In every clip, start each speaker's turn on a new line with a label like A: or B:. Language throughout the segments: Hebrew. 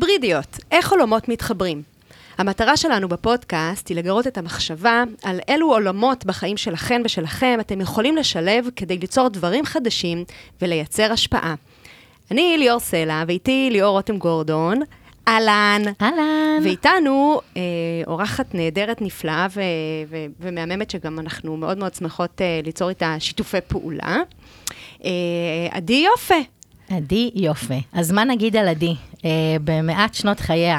A: היברידיות, איך עולמות מתחברים? המטרה שלנו בפודקאסט היא לגרות את המחשבה על אילו עולמות בחיים שלכם ושלכם אתם יכולים לשלב כדי ליצור דברים חדשים ולייצר השפעה. אני ליאור סלע, ואיתי ליאור רותם גורדון. אהלן.
B: אהלן.
A: ואיתנו אורחת נהדרת נפלאה ומהממת שגם אנחנו מאוד מאוד שמחות ליצור איתה שיתופי פעולה. עדי יופה.
B: עדי יופה. אז מה נגיד על עדי? במעט שנות חייה.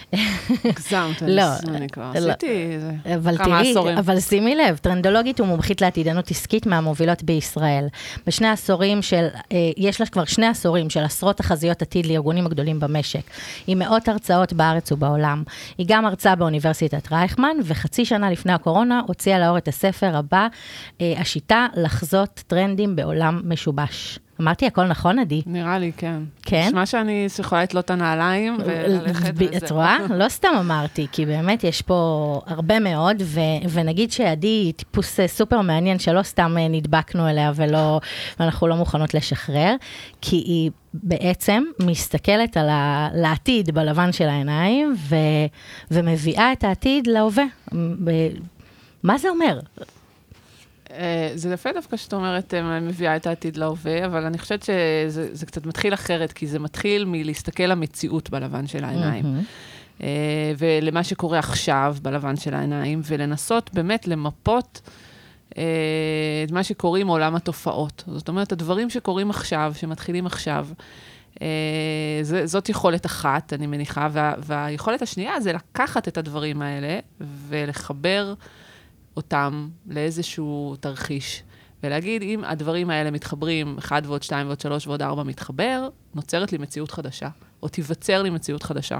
C: גזמת,
B: לא,
C: אני כבר עשיתי
B: כמה עשורים. אבל שימי לב, טרנדולוגית ומומחית לעתידנות עסקית מהמובילות בישראל. בשני עשורים יש לה כבר 2 עשורים של עשרות תחזיות עתיד לארגונים הגדולים במשק. עם מאות הרצאות בארץ ובעולם. היא גם הרצאה באוניברסיטת רייכמן, וחצי שנה לפני הקורונה הוציאה לאור את הספר הבא, השיטה לחזות טרנדים בעולם משובש. אמרתי הכל נכון, עדי?
C: נראה לי, כן.
B: כן?
C: נשמע שאני יכולה לתלות את הנעליים וללכת וזה.
B: את רואה? לא סתם אמרתי, כי באמת יש פה הרבה מאוד, ונגיד שעדי היא טיפוס סופר מעניין, שלא סתם נדבקנו אליה ואנחנו לא מוכנות לשחרר, כי היא בעצם מסתכלת על העתיד בלבן של העיניים, ומביאה את העתיד להווה. מה זה אומר?
C: זה יפה דווקא שאת אומרת, מביאה את העתיד להווה, אבל אני חושבת שזה קצת מתחיל אחרת, כי זה מתחיל מלהסתכל למציאות בלבן של העיניים. ולמה שקורה עכשיו בלבן של העיניים, ולנסות באמת למפות את מה שקוראים עולם התופעות. זאת אומרת, הדברים שקורים עכשיו, שמתחילים עכשיו, זאת יכולת אחת, אני מניחה, והיכולת השנייה זה לקחת את הדברים האלה, ולחבר אותם לאיזשהו תרחיש, ולהגיד, אם הדברים האלה מתחברים, 1 ועוד 2 ועוד 3 ועוד 4 מתחבר, נוצרת לי מציאות חדשה, או תיווצר לי מציאות חדשה.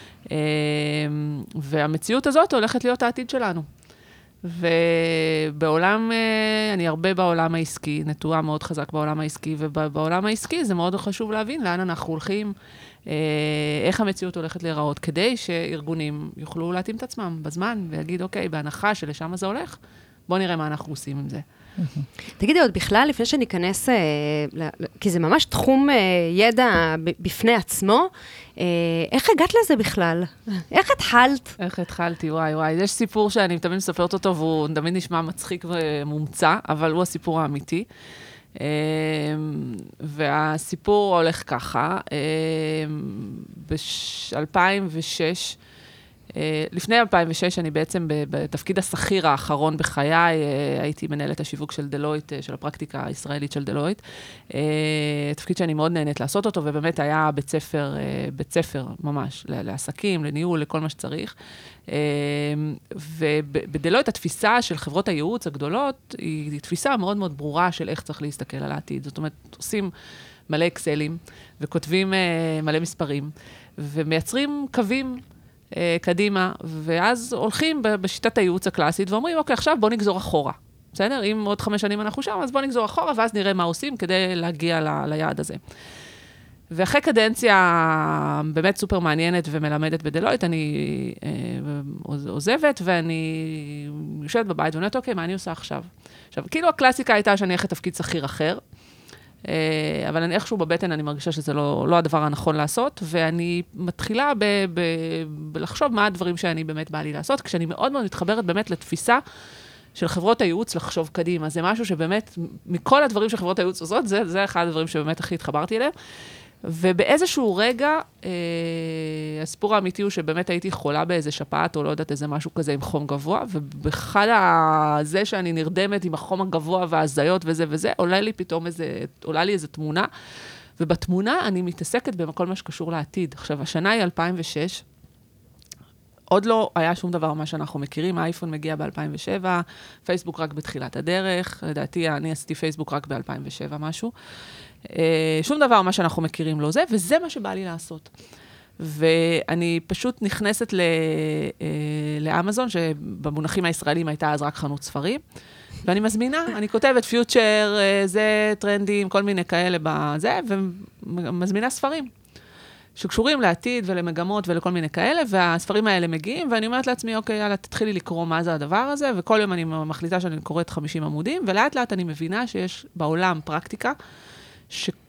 C: והמציאות הזאת הולכת להיות העתיד שלנו. ובעולם, אני הרבה בעולם העסקי, נטועה מאוד חזק בעולם העסקי, ובעולם העסקי זה מאוד חשוב להבין לאן אנחנו הולכים, איך המציאות הולכת להיראות, כדי שארגונים יוכלו להתאים את עצמם בזמן, ויגיד, אוקיי, בהנחה שלשם זה הולך, בואו נראה מה אנחנו עושים עם זה.
A: תגידי עוד בכלל, לפני שניכנס, כי זה ממש תחום ידע בפני עצמו, איך הגעת לזה בכלל? איך התחלת?
C: איך התחלתי? וואי. יש סיפור שאני תמיד מספרת אותו, והוא תמיד נשמע מצחיק ומומצא, אבל הוא הסיפור האמיתי. והסיפור הולך ככה, ב-2006, לפני 2006, אני בעצם בתפקיד השכיר האחרון בחיי, הייתי מנהלת השיווק של דלויט, של הפרקטיקה הישראלית של דלויט. תפקיד שאני מאוד נהנית לעשות אותו, ובאמת היה בית ספר ממש, לעסקים, לניהול, לכל מה שצריך. ובדלויט התפיסה של חברות הייעוץ הגדולות, היא תפיסה מאוד מאוד ברורה של איך צריך להסתכל על העתיד. זאת אומרת, עושים מלא אקסלים, וכותבים מלא מספרים, ומייצרים קווים, קדימה, ואז הולכים בשיטת הייעוץ הקלאסית, ואומרים, אוקיי, עכשיו בוא נגזור אחורה. בסדר? אם עוד 5 שנים אנחנו שם, אז בוא נגזור אחורה, ואז נראה מה עושים כדי להגיע ליעד הזה. ואחרי קדנציה באמת סופר מעניינת ומלמדת בדלויט, אני עוזבת, ואני יושבת בבית, ואומרת, אוקיי, מה אני עושה עכשיו? עכשיו, כאילו הקלאסיקה הייתה שאני הולכת תפקיד שכיר אחר, אבל אני איכשהו בבטן, אני מרגישה שזה לא הדבר הנכון לעשות, ואני מתחילה בלחשוב מה הדברים שאני באמת באה לי לעשות, כשאני מאוד מאוד מתחברת באמת לתפיסה של חברות הייעוץ לחשוב קדימה. זה משהו שבאמת, מכל הדברים שחברות הייעוץ עושות, זה אחד הדברים שבאמת הכי התחברתי אליהם. ובאיזשהו רגע, הסיפור האמיתי הוא שבאמת הייתי חולה באיזה שפעת, או לא יודעת איזה משהו כזה עם חום גבוה, ובאחד הזה שאני נרדמת עם החום הגבוה והזיות וזה, עולה לי איזו תמונה, ובתמונה אני מתעסקת בכל מה שקשור לעתיד. עכשיו, השנה היא 2006, עוד לא היה שום דבר מה שאנחנו מכירים, האייפון מגיע ב-2007, פייסבוק רק בתחילת הדרך, לדעתי אני עשיתי פייסבוק רק ב-2007 משהו, שום דבר מה שאנחנו מכירים לא זה, וזה מה שבא לי לעשות. ואני פשוט נכנסת לאמזון, שבמונחים הישראלים הייתה אז רק חנות ספרים, ואני מזמינה, אני כותבת פיוטשר, זה טרנדים, כל מיני כאלה בזה, ומזמינה ספרים. שקשורים לעתיד ולמגמות ולכל מיני כאלה, והספרים האלה מגיעים, ואני אומרת לעצמי, אוקיי, יאללה, תתחילי לקרוא מה זה הדבר הזה, וכל יום אני מחליטה שאני קוראת 50 עמודים, ולאט לאט אני מבינה שיש בעולם פרקטיקה,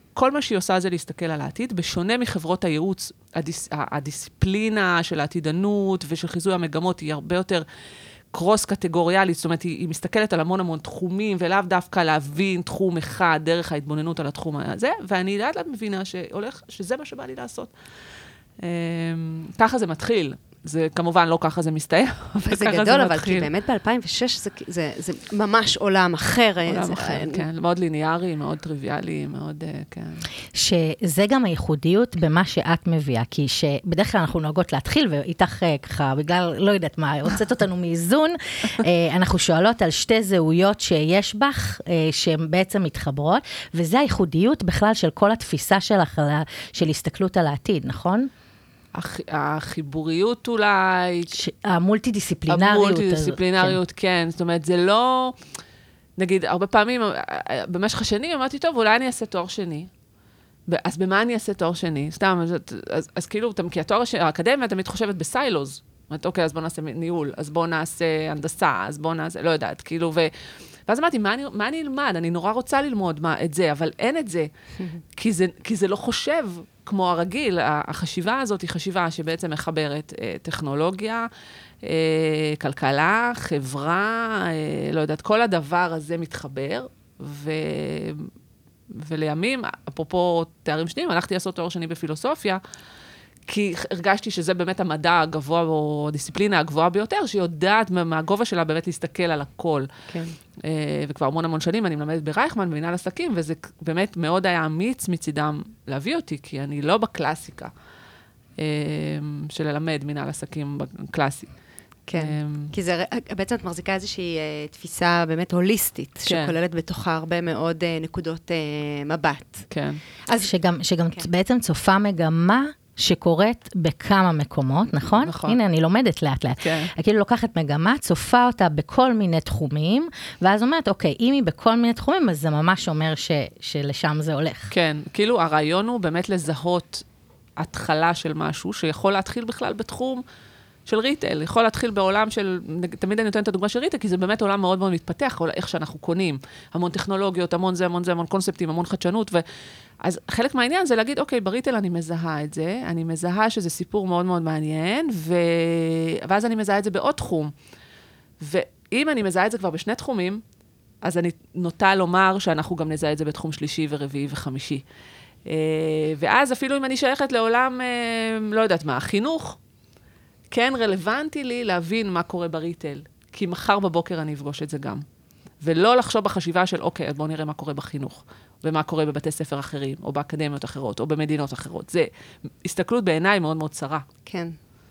C: כל מה שהיא עושה זה להסתכל על העתיד, בשונה מחברות הייעוץ, הדיסציפלינה של העתידנות ושל חיזוי המגמות היא הרבה יותר קרוס-קטגוריאלית, זאת אומרת, היא מסתכלת על המון תחומים, ולאו דווקא להבין תחום אחד דרך ההתבוננות על התחום הזה, ואני לאט לאט מבינה שזה מה שבא לי לעשות. ככה זה מתחיל. זה כמובן לא ככה זה מסתיים, אבל
A: זה גדול, אבל כי באמת ב-2006 זה ממש עולם אחר.
C: עולם אחר, כן. מאוד ליניארי, מאוד טריוויאלי, מאוד, כן.
B: שזה גם הייחודיות במה שאת מביאה, כי שבדרך כלל אנחנו נוהגות להתחיל, ואיתך ככה, בגלל, לא יודעת מה, הוצאת אותנו מאיזון, אנחנו שואלות על שתי זהויות שיש בך, שהן בעצם מתחברות, וזה הייחודיות בכלל של כל התפיסה שלך, של הסתכלות על העתיד, נכון?
C: החיבוריות אולי...
B: המולטי-דיסציפלינריות,
C: כן. זאת אומרת, זה לא... נגיד, הרבה פעמים, במשך השנים, אמרתי, טוב, אולי אני אעשה תואר שני. אז במה אני אעשה תואר שני? סתם, אז כאילו, כי האקדמיה תמיד חושבת בסיילוז. אומרת, אוקיי, אז בוא נעשה ניהול, אז בוא נעשה הנדסה, אז בוא נעשה... לא יודעת, כאילו, ואז אמרתי, מה אני אלמד? אני נורא רוצה ללמוד את זה, אבל אין את זה. כי זה לא חושב כמו הרגיל. החשיבה הזאת היא חשיבה שבעצם מחברת טכנולוגיה, כלכלה, חברה, לא יודעת, כל הדבר הזה מתחבר, ולימים, אפרופו תארים שניים, הלכתי לעשות תואר שני בפילוסופיה, כי הרגשתי שזה באמת המדע הגבוה, או הדיסציפלינה הגבוהה ביותר, שיודעת מהגובה שלה באמת להסתכל על הכל.
A: כן.
C: וכבר המון שנים אני מלמדת ברייכמן, במנהל עסקים, וזה באמת מאוד היה אמיץ מצידם להביא אותי, כי אני לא בקלאסיקה של ללמד מנהל עסקים קלאסי.
A: כן, כי זה, בעצם את מחזיקה איזושהי תפיסה באמת הוליסטית, שכוללת בתוכה הרבה מאוד נקודות מבט.
C: כן.
B: שגם בעצם צופה מגמה, שקורית בכמה מקומות, נכון?
C: נכון.
B: הנה, אני לומדת לאט לאט.
C: כן.
B: כאילו לוקחת מגמה, צופה אותה בכל מיני תחומים, ואז אומרת, אוקיי, אם היא בכל מיני תחומים, אז זה ממש אומר שלשם זה הולך.
C: כן, כאילו הרעיון הוא באמת לזהות התחלה של משהו, שיכול להתחיל בכלל בתחום של ריטל, יכול להתחיל בעולם של, תמיד אני נותנת את הדוגמה של ריטל, כי זה באמת עולם מאוד מאוד מתפתח, איך שאנחנו קונים, המון טכנולוגיות, המון קונספטים, המון חדשנות, אז חלק מהעניין זה להגיד, אוקיי, בריטל אני מזהה את זה, אני מזהה שזה סיפור מאוד מאוד מעניין, ואז אני מזהה את זה בעוד תחום. ואם אני מזהה את זה כבר בשני תחומים, אז אני נוטה לומר שאנחנו גם נזהה את זה בתחום שלישי ורביעי וחמישי. ואז אפילו אם אני שייכת לעולם, לא יודעת מה, החינוך, כן רלוונטי לי להבין מה קורה בריטל, כי מחר בבוקר אני אפגוש את זה גם. ולא לחשוב בחשיבה של, אוקיי, אז בואו נראה מה קורה בחינוך, ומה קורה בבתי ספר אחרים, או באקדמיות אחרות, או במדינות אחרות. זה הסתכלות בעיניי מאוד מאוד צרה.
A: כן.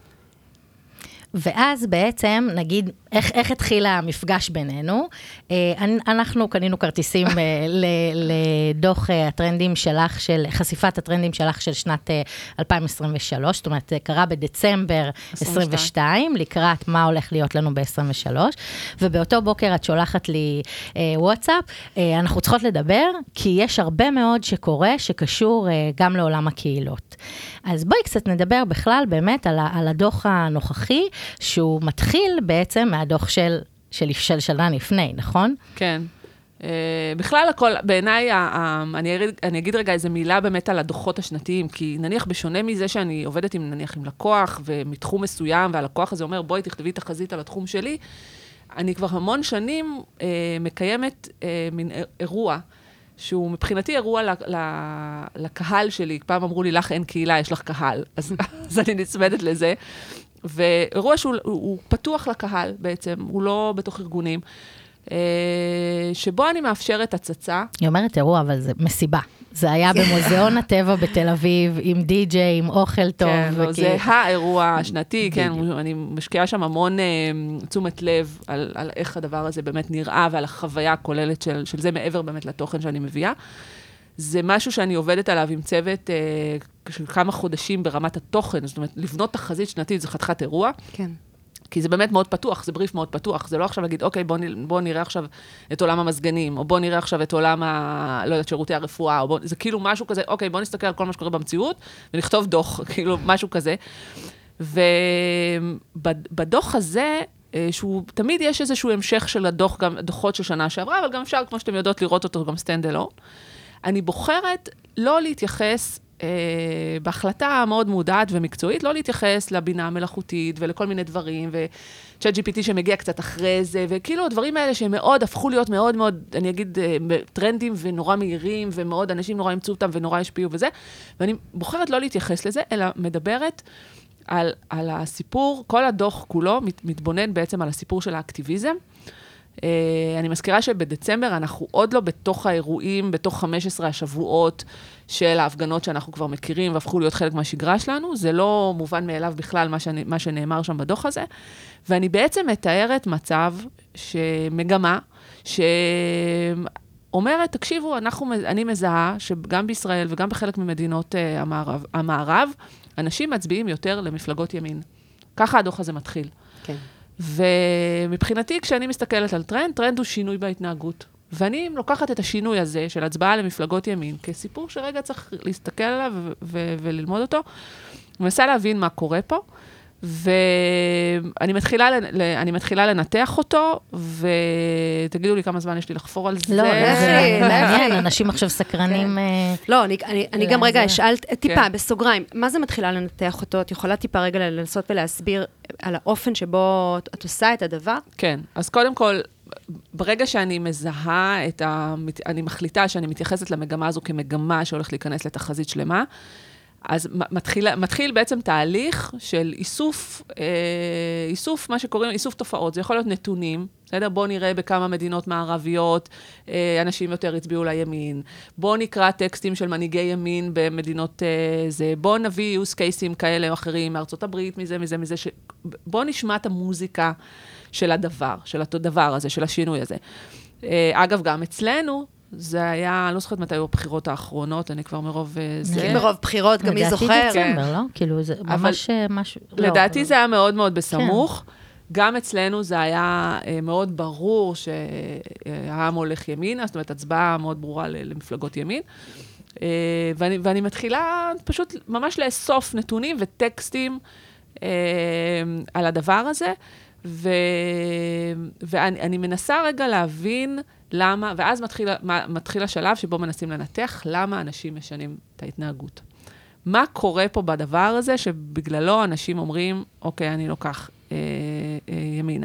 B: ואז בעצם, נגיד, איך התחיל המפגש בינינו? אנחנו קנינו כרטיסים לדוח הטרנדים שלך, חשיפת הטרנדים שלך של שנת 2023, זאת אומרת, זה קרה בדצמבר 22, לקראת מה הולך להיות לנו ב-23, ובאותו בוקר את שולחת לי וואטסאפ, אנחנו צריכות לדבר, כי יש הרבה מאוד שקורה, שקשור גם לעולם הקהילות. אז בואי קצת נדבר בכלל באמת על הדוח הנוכחי, שהוא מתחיל בעצם מהדוח של שנה לפני, נכון?
C: כן. בכלל הכל, בעיניי, אני אגיד רגע איזו מילה באמת על הדוחות השנתיים, כי נניח בשונה מזה שאני עובדת נניח עם לקוח, ומתחום מסוים, והלקוח הזה אומר, בואי תכתבי תחזית על התחום שלי, אני כבר המון שנים מקיימת מין אירוע, שהוא מבחינתי אירוע לקהל שלי. פעם אמרו לי, לך אין קהילה, יש לך קהל. אז אני נצמדת לזה. ואירוע שהוא פתוח לקהל בעצם, הוא לא בתוך ארגונים, שבו אני מאפשרת הצצה.
B: היא אומרת אירוע, אבל זה מסיבה. זה היה במוזיאון הטבע בתל אביב, עם די-ג'יי, עם אוכל טוב.
C: כן, זה האירוע השנתי, כן, אני משקיעה שם המון תשומת לב על איך הדבר הזה באמת נראה, ועל החוויה הכוללת של זה מעבר באמת לתוכן שאני מביאה. זה משהו שאני עובדת עליו עם צוות של כמה חודשים ברמת התוכן, זאת אומרת, לבנות תחזית שנתית זה חתיכת אירוע.
A: כן.
C: כי זה באמת מאוד פתוח, זה בריף מאוד פתוח, זה לא עכשיו להגיד, אוקיי, בוא נראה עכשיו את עולם המסגנים, או בוא נראה עכשיו את עולם, לא יודעת, שירותי הרפואה, או זה כאילו משהו כזה, אוקיי, בוא נסתכל על כל מה שקורה במציאות, ונכתוב דוח, כאילו משהו כזה. ובדוח הזה, שהוא תמיד יש איזשהו המשך של הדוח, גם דוחות של שנה שעברה, אבל גם אפשר, כמו שאתם יודעות, לראות אותו גם סטנד אלון. אני בוחרת לא להתייחס, בהחלטה מאוד מודעת ומקצועית, לא להתייחס לבינה המלאכותית ולכל מיני דברים, ו-Chat GPT שמגיע קצת אחרי זה, וכאילו הדברים האלה שהם מאוד, הפכו להיות מאוד מאוד, אני אגיד, טרנדים ונורא מהירים, ומאוד אנשים נורא ימצאו אותם ונורא ישפיעו וזה, ואני בוחרת לא להתייחס לזה, אלא מדברת על הסיפור, כל הדוח כולו מתבונן בעצם על הסיפור של האקטיביזם. אני מזכירה שבדצמבר אנחנו עוד לא בתוך האירועים, בתוך 15 השבועות של ההפגנות שאנחנו כבר מכירים, והפכו להיות חלק מהשגרה שלנו. זה לא מובן מאליו בכלל מה שנאמר שם בדוח הזה. ואני בעצם מתארת מצב שמגמה, שאומרת, תקשיבו, אני מזהה שגם בישראל וגם בחלק ממדינות המערב, אנשים מצביעים יותר למפלגות ימין. ככה הדוח הזה מתחיל.
A: כן.
C: ומבחינתי, כשאני מסתכלת על טרנד הוא שינוי בהתנהגות. ואני לוקחת את השינוי הזה של הצבעה למפלגות ימין, כסיפור שרגע צריך להסתכל עליו וללמוד אותו, ומנסה להבין מה קורה פה, ואני מתחילה לנתח אותו, ותגידו לי כמה זמן יש לי לחפור על זה.
B: לא, זה מעניין, אנשים עכשיו סקרנים.
A: לא, אני גם רגע אשאל טיפה, בסוגריים, מה זה מתחילה לנתח אותו? את יכולה טיפה רגע לנסות ולהסביר על האופן שבו את עושה את הדבר?
C: כן, אז קודם כל, ברגע שאני מזהה אני מחליטה שאני מתייחסת למגמה הזו כמגמה שהולכת להיכנס לתחזית שלמה, אז מתחיל בעצם תהליך של איסוף, מה שקוראים, איסוף תופעות. זה יכול להיות נתונים, בסדר? בואו נראה בכמה מדינות מערביות, אנשים יותר הצביעו לימין. בואו נקרא טקסטים של מנהיגי ימין במדינות זה. בואו נביא use cases כאלה או אחרים מארצות הברית, מזה. בואו נשמע את המוזיקה של הדבר הזה, של השינוי הזה. אגב, גם אצלנו, זה היה, אני לא זוכרת מתי היו הבחירות האחרונות, אני כבר מרוב זה.
A: מרוב בחירות, גם מי זוכר.
B: לדעתי דצמבר, לא? כאילו, זה ממש משהו.
C: לדעתי זה היה מאוד מאוד בסמוך. גם אצלנו זה היה מאוד ברור שהעם הולך ימינה, זאת אומרת, הצבעה מאוד ברורה למפלגות ימין. ואני מתחילה פשוט ממש לאסוף נתונים וטקסטים על הדבר הזה, ואני מנסה רגע להבין למה, ואז מתחיל השלב שבו מנסים לנתח למה אנשים משנים את ההתנהגות. מה קורה פה בדבר הזה שבגללו אנשים אומרים, אוקיי, אני לוקח ימינה.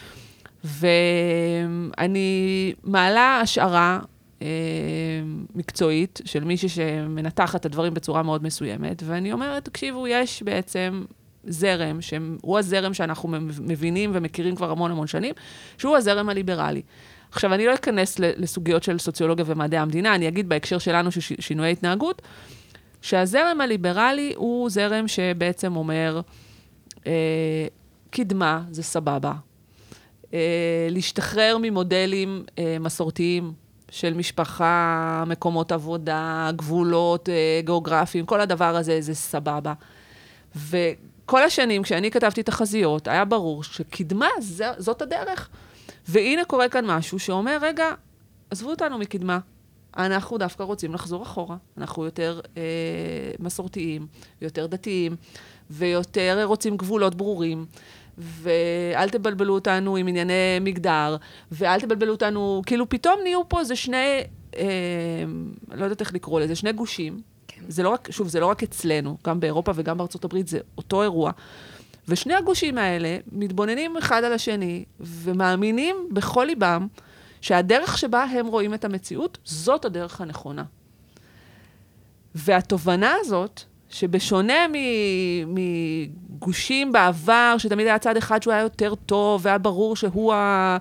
C: ואני מעלה השערה מקצועית של מישהי שמנתחת את הדברים בצורה מאוד מסוימת, ואני אומרת, תקשיבו, יש בעצם זרם, שהוא הזרם שאנחנו מבינים ומכירים כבר המון שנים, שהוא הזרם הליברלי. עכשיו, אני לא אכנס לסוגיות של סוציולוגיה ומדעי המדינה, אני אגיד בהקשר שלנו של שינויי התנהגות, שהזרם הליברלי הוא זרם שבעצם אומר, קדמה זה סבבה. להשתחרר ממודלים מסורתיים של משפחה, מקומות עבודה, גבולות, גיאוגרפיים, כל הדבר הזה זה סבבה. וכל השנים, כשאני כתבתי תחזיות, היה ברור שקדמה זאת הדרך. והנה קורה כאן משהו שאומר, רגע, עזבו אותנו מקדמה. אנחנו דווקא רוצים לחזור אחורה. אנחנו יותר מסורתיים, יותר דתיים, ויותר רוצים גבולות ברורים. ואל תבלבלו אותנו עם ענייני מגדר, ואל תבלבלו אותנו, כאילו פתאום נהיו פה זה שני, לא יודעת איך לקרוא לזה, שני גושים. כן. זה לא רק, שוב, זה לא רק אצלנו, גם באירופה וגם בארצות הברית, זה אותו אירוע. ושני הגושים האלה מתבוננים אחד על השני, ומאמינים בכל ליבם, שהדרך שבה הם רואים את המציאות, זאת הדרך הנכונה. והתובנה הזאת, שבשונה מגושים בעבר, שתמיד היה צד אחד שהוא היה יותר טוב, והיה ברור שהוא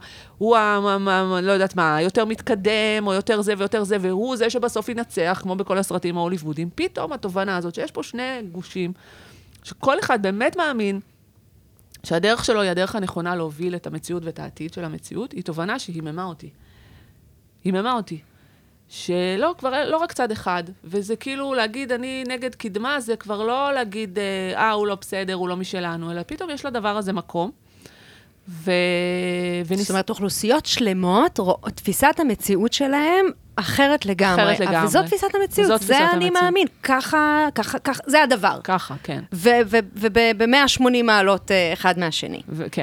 C: לא יודעת מה, יותר מתקדם, או יותר זה ויותר זה, והוא זה שבסוף ינצח, כמו בכל הסרטים ההוליוודיים. פתאום התובנה הזאת, שיש פה שני גושים, שכל אחד באמת מאמין, שהדרך שלו היא הדרך הנכונה להוביל את המציאות ואת העתיד של המציאות, היא תובנה שהיממה אותי. היממה אותי. שלא, כבר לא רק צד אחד, וזה כאילו להגיד, אני נגד קדמה, זה כבר לא להגיד, הוא לא בסדר, הוא לא משלנו, אלא פתאום יש לדבר הזה מקום. זאת
A: אומרת, אוכלוסיות שלמות, תפיסת המציאות שלהם, אחרת לגמרי. וזאת תפיסת המציאות, זה אני מאמין, ככה, זה הדבר.
C: ככה, כן.
A: וב-180 מעלות אחד מהשני.
C: כן.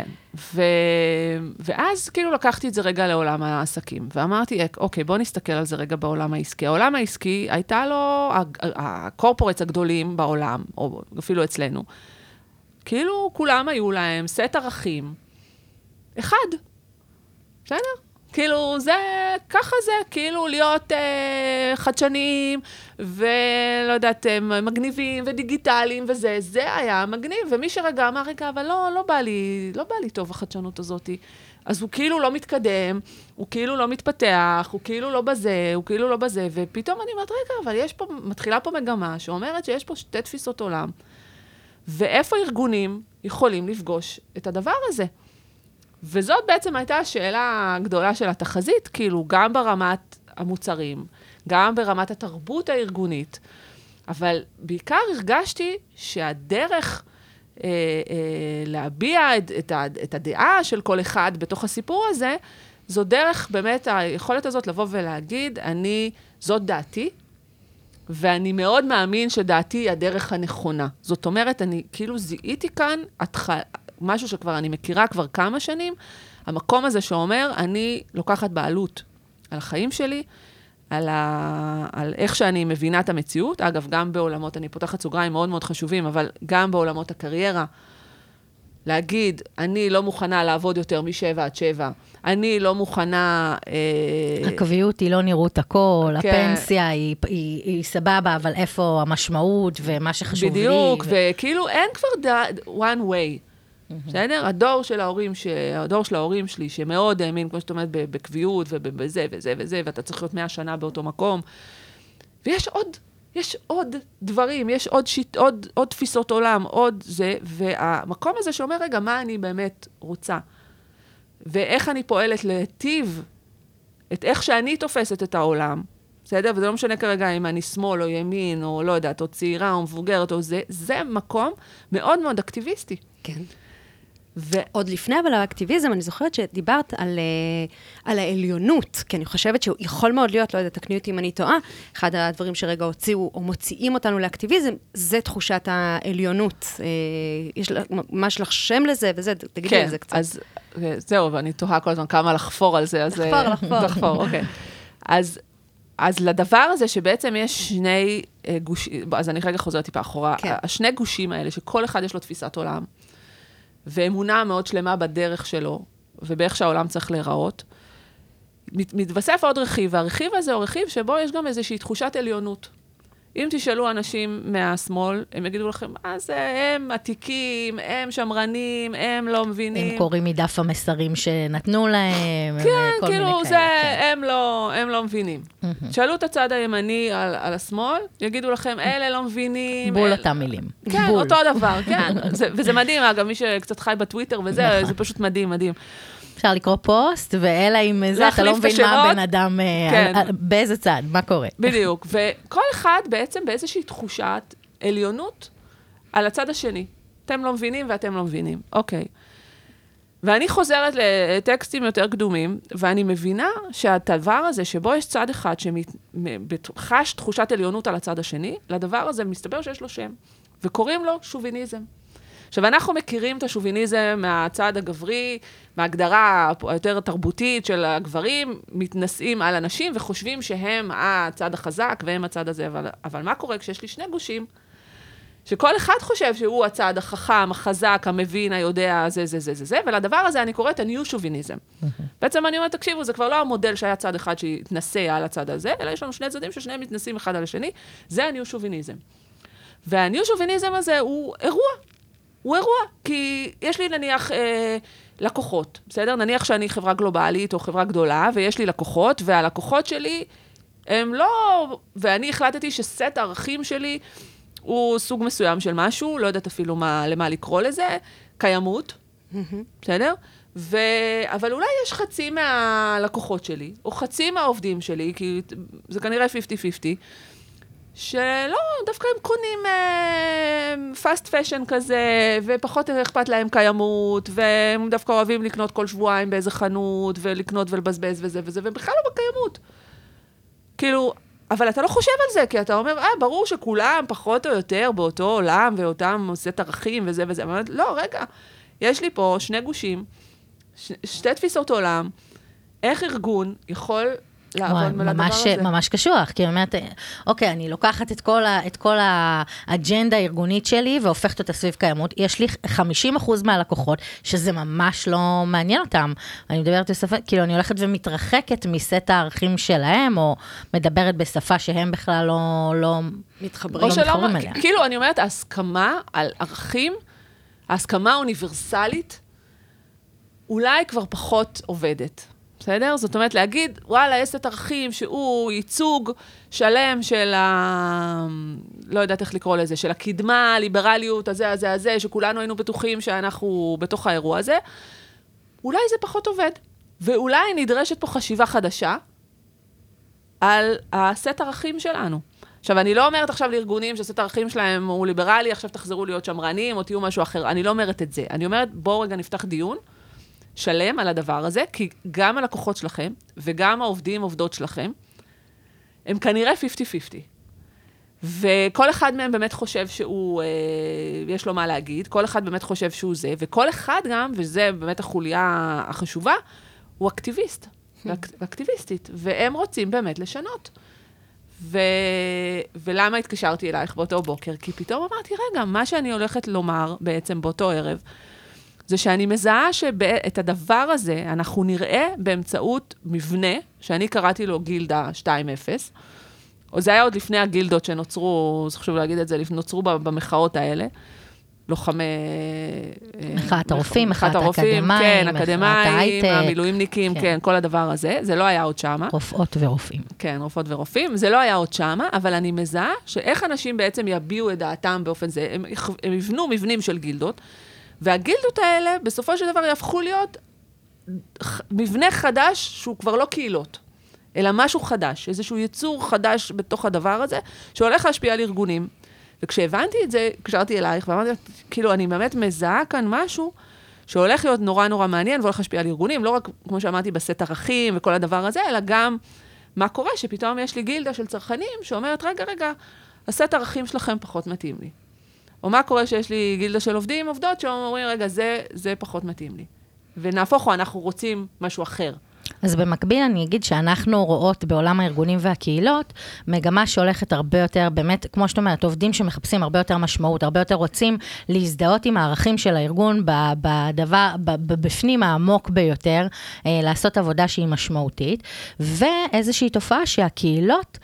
C: ואז כאילו לקחתי את זה רגע לעולם העסקים, ואמרתי, אוקיי, בוא נסתכל על זה רגע בעולם העסקי. העולם העסקי, הייתה לו, הקורפורטס הגדולים בעולם, או אפילו אצלנו, כאילו כולם היו להם סט ערכים, אחד. בסדר? כאילו זה, ככה זה, כאילו להיות חדשניים, ולא יודעת, מגניבים ודיגיטליים וזה, זה היה מגניב, ומי שרגע אמר, רגע, אבל לא בא לי טוב החדשנות הזאת, אז הוא כאילו לא מתקדם, הוא כאילו לא מתפתח, הוא כאילו לא בזה, ופתאום אני אומרת, רגע, אבל מתחילה פה מגמה שאומרת שיש פה שתי תפיסות עולם, ואיפה ארגונים יכולים לפגוש את הדבר הזה? וזאת בעצם הייתה השאלה הגדולה של התחזית, כאילו גם ברמת המוצרים, גם ברמת התרבות הארגונית, אבל בעיקר הרגשתי שהדרך להביע את הדעה של כל אחד בתוך הסיפור הזה, זו דרך באמת היכולת הזאת לבוא ולהגיד, זאת דעתי, ואני מאוד מאמין שדעתי היא הדרך הנכונה. זאת אומרת, אני כאילו זיהיתי כאן משהו שכבר אני מכירה כבר כמה שנים, המקום הזה שאומר, אני לוקחת בעלות על החיים שלי, על איך שאני מבינה את המציאות. אגב, גם בעולמות, אני פותחת סוגריים מאוד מאוד חשובים, אבל גם בעולמות הקריירה, להגיד, אני לא מוכנה לעבוד יותר מ7 עד 7, אני לא מוכנה...
B: הקביעות היא לא נראות הכל, הפנסיה היא סבבה, אבל איפה המשמעות ומה שחשוב לי.
C: בדיוק, וכאילו אין כבר one way. בסדר? הדור של ההורים שלי, שמאוד האמין, כמו שאת אומרת, בקביעות ובזה וזה וזה, ואתה צריך להיות 100 שנה באותו מקום. ויש עוד דברים, יש עוד תפיסות עולם, עוד זה, והמקום הזה שאומר, רגע, מה אני באמת רוצה? ואיך אני פועלת להטיב את איך שאני תופסת את העולם, בסדר? וזה לא משנה כרגע אם אני שמאל או ימין, או לא יודעת, או צעירה או מבוגרת, או זה מקום מאוד מאוד אקטיביסטי.
A: כן. ועוד לפני, אבל האקטיביזם, אני זוכרת שדיברת על העליונות, כי אני חושבת שהוא יכול מאוד להיות, לא יודעת, תקני אותי אם אני טועה, אחד הדברים שרגע הוציאו או מוציאים אותנו לאקטיביזם, זה תחושת העליונות. יש ממש לך שם לזה, וזה, תגידי על זה קצת.
C: כן, אז זהו, ואני תוהה כל הזמן כמה לחפור על זה, אז... לחפור, אוקיי. אז לדבר הזה שבעצם יש שני גושים, אז אני רגע חוזרת טיפה אחורה, השני גושים האלה, שכל אחד יש לו תפיסת עולם, ואמונה מאוד שלמה בדרך שלו, ובאיך שהעולם צריך להיראות, מתווסף עוד רכיב, והרכיב הזה הוא רכיב שבו יש גם איזושהי תחושת עליונות. אם תשאלו אנשים מהשמאל, הם יגידו לכם, הם עתיקים, הם שמרנים, הם לא מבינים.
B: הם קוראים מדף המסרים שנתנו להם,
C: כן, כאילו, הם לא מבינים. תשאלו את הצד הימני על השמאל, יגידו לכם, אלה לא מבינים.
B: בול אותם מילים.
C: כן, אותו דבר, כן. וזה מדהים, אגב, מי שקצת חי בטוויטר וזה, זה פשוט מדהים, מדהים.
B: אפשר לקרוא פוסט, ואלה עם זה, אתה לא מבין מה הבן אדם, באיזה צד, מה קורה.
C: בדיוק, וכל אחד בעצם באיזושהי תחושת עליונות על הצד השני. אתם לא מבינים ואתם לא מבינים. אוקיי. ואני חוזרת לטקסטים יותר קדומים, ואני מבינה שהדבר הזה, שבו יש צד אחד שחש תחושת עליונות על הצד השני, לדבר הזה מסתבר שיש לו שם, וקוראים לו שוביניזם. עכשיו, אנחנו מכירים את השוביניזם מהצד הגברי, מההגדרה היותר תרבותית של הגברים, מתנשאים על אנשים וחושבים שהם הצד החזק והם הצד הזה. אבל מה קורה כשיש לי שני גושים? שכל אחד חושב שהוא הצד החכם, החזק, המבין, היודע, זה, ולדבר הזה אני קוראת הניו שוביניזם. בעצם אני אומרת, תקשיבו, זה כבר לא המודל שהיה צד אחד שהתנסה על הצד הזה, אלא יש לנו שני צדדים ששניהם מתנסים אחד על השני, זה הניו שוביניזם. והניו שוביניזם הזה הוא אירוע. הוא אירוע, כי יש לי נניח לקוחות, בסדר? נניח שאני חברה גלובלית או חברה גדולה, ויש לי לקוחות, והלקוחות שלי הם לא... ואני החלטתי שסט הערכים שלי הוא סוג מסוים של משהו, לא יודעת אפילו למה לקרוא לזה, קיימות, בסדר? אבל אולי יש חצי מהלקוחות שלי, או חצי מהעובדים שלי, כי זה כנראה 50-50, שלא, דווקא הם קונים פאסט פשן כזה, ופחות אכפת להם קיימות, והם דווקא אוהבים לקנות כל שבועיים באיזה חנות, ולקנות ולבזבז וזה וזה, ובכלל לא בקיימות. כאילו, אבל אתה לא חושב על זה, כי אתה אומר, ברור שכולם פחות או יותר באותו עולם, ואותם סט ערכים וזה וזה. אבל לא, רגע, יש לי פה שני גושים, שתי תפיסות עולם, איך ארגון יכול לעבוד מלדבר הזה?
B: ממש קשוח, כי אומרת, אוקיי, אני לוקחת את כל האג'נדה הארגונית שלי, והופכת אותה סביב קיימות, יש לי 50% מהלקוחות, שזה ממש לא מעניין אותם. אני מדברת בשפה, כאילו אני הולכת ומתרחקת מסט הערכים שלהם, או מדברת בשפה שהם בכלל לא מתחברים אליה.
C: כאילו, אני אומרת, ההסכמה על ערכים, ההסכמה האוניברסלית, אולי כבר פחות עובדת. בסדר? זאת אומרת, להגיד, וואלה, יש את ערכים שהוא ייצוג שלם של לא יודעת איך לקרוא לזה, של הקדמה, הליברליות, הזה, שכולנו היינו בטוחים שאנחנו בתוך האירוע הזה, אולי זה פחות עובד. ואולי נדרשת פה חשיבה חדשה על הסט ערכים שלנו. עכשיו, אני לא אומרת עכשיו לארגונים שהסט ערכים שלהם הוא ליברלי, עכשיו תחזרו להיות שמרנים או תהיו משהו אחר. אני לא אומרת את זה. אני אומרת, בואו רגע נפתח דיון, שלם על הדבר הזה, כי גם הלקוחות שלכם, וגם העובדים, עובדות שלכם, הם כנראה 50-50. וכל אחד מהם באמת חושב שהוא, יש לו מה להגיד, כל אחד באמת חושב שהוא זה, וכל אחד גם, וזה באמת החוליה החשובה, הוא אקטיביסט, אקטיביסטית, והם רוצים באמת לשנות. ולמה התקשרתי אלייך באותו בוקר? כי פתאום אמרתי, רגע, מה שאני הולכת לומר בעצם באותו ערב, זה שאני מזהה שאת הדבר הזה אנחנו נראה באמצעות מבנה, שאני קראתי לו גילדה 2.0, או זה היה עוד לפני הגילדות שנוצרו, זה חשוב להגיד את זה, נוצרו במחאות האלה, לוחמי...
B: מחאת הרופאים, מחאת האקדמיים,
C: כן, אקדמיים, המילואימניקים, כן, כל הדבר הזה, זה לא היה עוד שמה.
B: רופאות ורופאים.
C: כן, רופאות ורופאים, זה לא היה עוד שמה, אבל אני מזהה שאיך אנשים בעצם יביעו את דעתם באופן זה, הם יבנו מבנים של גילדות, והגילדות האלה, בסופו של דבר, יהפכו להיות מבנה חדש, שהוא כבר לא קהילות, אלא משהו חדש, איזשהו יצור חדש בתוך הדבר הזה, שהולך להשפיע על ארגונים. וכשהבנתי את זה, קשרתי אלייך, ואמרתי, כאילו, אני באמת מזהה כאן משהו, שהולך להיות נורא נורא מעניין, והולך להשפיע על ארגונים, לא רק, כמו שאמרתי, בסט ערכים וכל הדבר הזה, אלא גם מה קורה, שפתאום יש לי גילדה של צרכנים, שאומרת, רגע, הסט ערכים שלכם פחות מתאים לי. או מה קורה שיש לי גילדה של עובדים, עובדות, שאומרים, רגע, זה פחות מתאים לי. ונהפוך, אנחנו רוצים משהו אחר.
B: אז במקביל אני אגיד שאנחנו רואות בעולם הארגונים והקהילות, מגמה שהולכת הרבה יותר, באמת, כמו שאת אומרת, עובדים שמחפשים הרבה יותר משמעות, הרבה יותר רוצים להזדהות עם הערכים של הארגון, בפנים העמוק ביותר, לעשות עבודה שהיא משמעותית, ואיזושהי תופעה שהקהילות,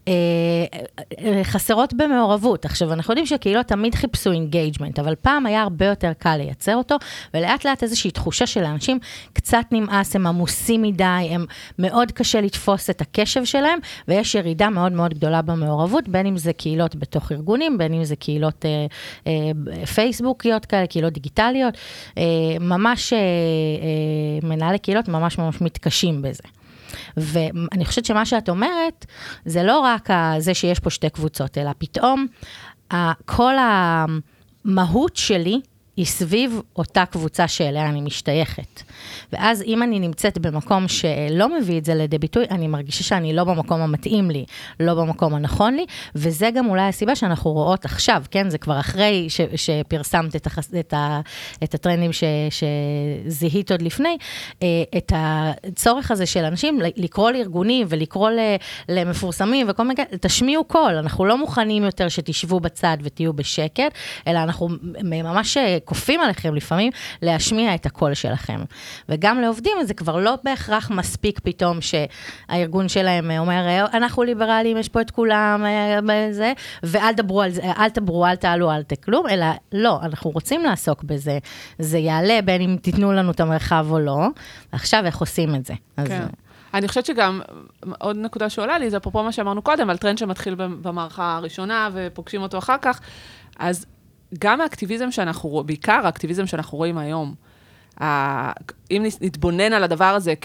B: חסרות במעורבות. עכשיו, אנחנו יודעים שהקהילות תמיד חיפשו אינגייג'מנט, אבל פעם היה הרבה יותר קל לייצר אותו, ולאט לאט איזושהי תחושה של האנשים קצת נמאס, הם עמוסים מדי, הם מאוד קשה לתפוס את הקשב שלהם, ויש ירידה מאוד מאוד גדולה במעורבות, בין אם זה קהילות בתוך ארגונים, בין אם זה קהילות פייסבוקיות כאלה, קהילות דיגיטליות, ממש מנהלי קהילות ממש מתקשים בזה. ואני חושבת שמה שאת אומרת, זה לא רק זה שיש פה שתי קבוצות, אלא פתאום כל המהות שלי היא סביב אותה קבוצה שאליה אני משתייכת. ואז אם אני נמצאת במקום שלא מביא את זה לידי ביטוי, אני מרגישה שאני לא במקום המתאים לי, לא במקום הנכון לי, וזה גם אולי הסיבה שאנחנו רואות עכשיו, כן? זה כבר אחרי שפרסמת את הטרנדים שזיהית עוד לפני, את הצורך הזה של אנשים לקרוא לארגונים ולקרוא למפורסמים וכל מיני, תשמיעו קול, אנחנו לא מוכנים יותר שתשבו בצד ותהיו בשקט, אלא אנחנו ממש כופים עליכם לפעמים להשמיע את הקול שלכם. וגם לעובדים, זה כבר לא בהכרח מספיק פתאום שהארגון שלהם אומר, אנחנו ליברליים, יש פה את כולם, בזה, ואל דברו על זה, אל תברו, אל תעלו, אל תכלום, אלא לא, אנחנו רוצים לעסוק בזה. זה יעלה בין אם תיתנו לנו את המרחב או לא. עכשיו איך עושים את זה?
C: כן. אני חושבת שגם עוד נקודה שעולה לי, זה אפרופו מה שאמרנו קודם, על טרנד שמתחיל במערכה הראשונה ופוגשים אותו אחר כך, אז גם האקטיביזם שאנחנו רואים, בעיקר האקטיביזם שאנחנו רואים היום, אם נתבונן על הדבר הזה,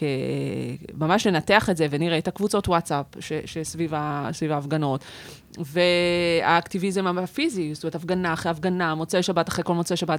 C: ממש ננתח את זה, ונראה את הקבוצות וואטסאפ שסביב ההפגנות, והאקטיביזם הפיזי, זאת אומרת, הפגנה אחרי הפגנה, מוצאי שבת אחרי כל מוצאי שבת,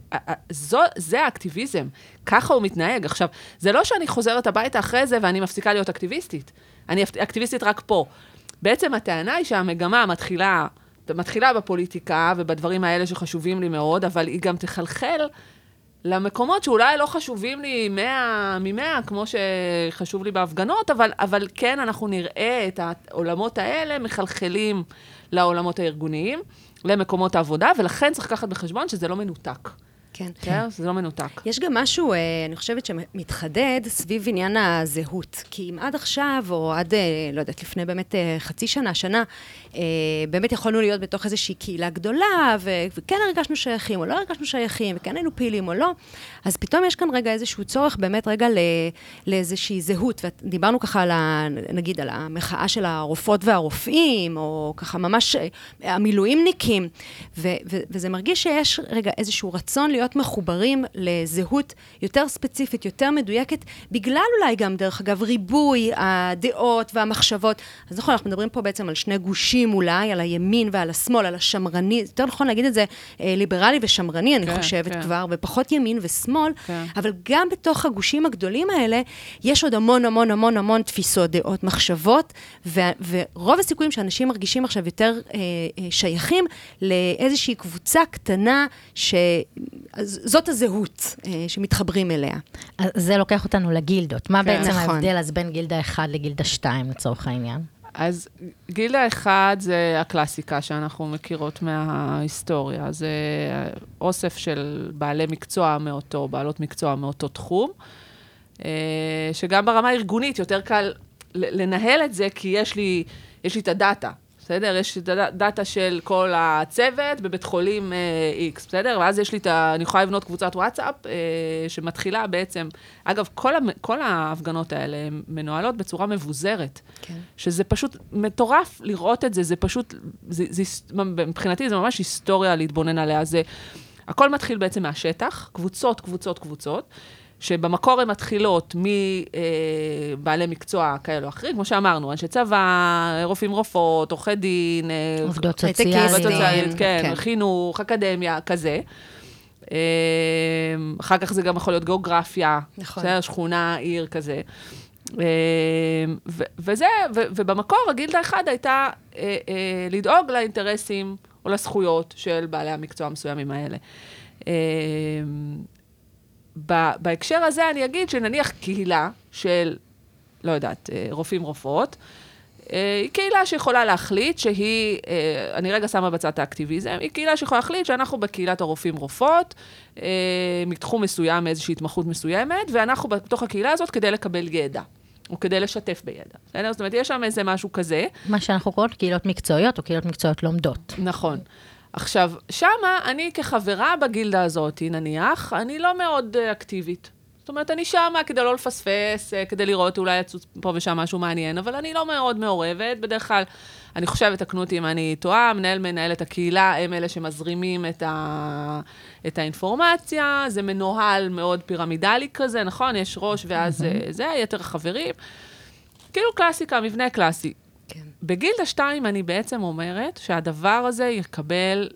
C: זה האקטיביזם, ככה הוא מתנהג. עכשיו, זה לא שאני חוזרת הביתה אחרי זה, ואני מפסיקה להיות אקטיביסטית. אני אקטיביסטית רק פה. בעצם הטענה היא שהמגמה מתחילה בפוליטיקה, ובדברים האלה שחשובים לי מאוד, אבל היא גם תחלחל למקומות שאולי לא חשובים לי 100, כמו שחשוב לי בהפגנות, אבל כן אנחנו נראה את העולמות האלה מחלחלים לעולמות הארגוניים, למקומות העבודה, ולכן צריך לקחת בחשבון שזה לא מנותק.
A: כן.
C: זה לא מנותק.
A: יש גם משהו, אני חושבת שמתחדד סביב עניין הזהות. כי אם עד עכשיו, או עד, לא יודעת, לפני באמת חצי שנה, באמת יכולנו להיות בתוך איזושהי קהילה גדולה, וכן הרגשנו שייכים או לא הרגשנו שייכים, וכן היינו פעילים או לא, אז פתאום יש כאן רגע איזשהו צורך באמת רגע לאיזושהי זהות, ודיברנו ככה נגיד על המחאה של הרופאות והרופאים, או ככה ממש המילואימניקים, וזה מרגיש שיש רגע איזשהו רצון להיות מחוברים לזהות יותר ספציפית, יותר מדויקת, בגלל אולי גם דרך אגב ריבוי הדעות והמחשבות. אז נכון, אנחנו מדברים פה בעצם על שני גושים אולי, על הימין ועל השמאל, על השמרני, יותר נכון להגיד את זה ליברלי ושמרני, אני חושבת כבר, ופחות ימין ושמאל, אבל גם בתוך הגושים הגדולים האלה, יש עוד המון תפיסות, דעות, מחשבות, ורוב הסיכויים שאנשים מרגישים עכשיו יותר שייכים לאיזושהי קבוצה קטנה זאת הזהות שמתחברים אליה.
B: זה לוקח אותנו לגילדות. מה בעצם ההבדל אז בין גילדה 1 לגילדה 2 לצורך העניין?
C: אז גילדה 1 זה הקלאסיקה שאנחנו מכירות מההיסטוריה. זה אוסף של בעלי מקצוע בעלות מקצוע מאותו תחום, שגם ברמה הארגונית יותר קל לנהל את זה, כי יש לי את הדאטה. בסדר? יש דאטה של כל הצוות בבית חולים X, בסדר? ואז יש לי אני יכולה לבנות קבוצת וואטסאפ שמתחילה בעצם, אגב, כל ההפגנות האלה מנוהלות בצורה מבוזרת, שזה פשוט מטורף לראות את זה, זה פשוט, מבחינתי זה ממש היסטוריה להתבונן עליה, הכל מתחיל בעצם מהשטח, קבוצות, שבמקור הן מתחילות מבעלי מקצוע כאלו אחרים, כמו שאמרנו, אנשי צבא, רופאים רופאות, עורכי דין,
B: עובדות סוציאליות,
C: כן, חינוך, אקדמיה, כזה. אחר כך זה גם יכול להיות גיאוגרפיה, שכונה, עיר, כזה. ובמקור הגילדה 1 הייתה לדאוג לאינטרסים או לזכויות של בעלי המקצוע המסוימים האלה. בהקשר הזה אני אגיד שנניח קהילה של, לא יודעת, רופאים רופאות, היא קהילה שיכולה להחליט שהיא, אני רגע שמה בצד האקטיביזם, היא קהילה שיכולה להחליט שאנחנו בקהילת הרופאים רופאות, מתחום מסוים, מאיזושהי התמחות מסוימת, ואנחנו בתוך הקהילה הזאת כדי לקבל ידע, או כדי לשתף בידע. זאת אומרת, יש שם איזה משהו כזה.
B: מה שאנחנו קוראים קהילות מקצועיות, או קהילות מקצועיות לומדות.
C: נכון. עכשיו, שמה, אני כחברה בגילדה הזאת, נניח, אני לא מאוד אקטיבית. זאת אומרת, אני שמה כדי לא לפספס, כדי לראות אולי יצוץ פה ושם משהו מעניין, אבל אני לא מאוד מעורבת. בדרך כלל, אני חושבת, תקנו אותי אם אני טועה, מנהל את הקהילה, הם אלה שמזרימים את האינפורמציה, זה מנוהל מאוד פירמידלי כזה, נכון? יש ראש ואז זה, יתר החברים. כאילו קלאסיקה, מבנה קלאסי. כן. בגילדה 2 אני בעצם אומרת שהדבר הזה יקבל,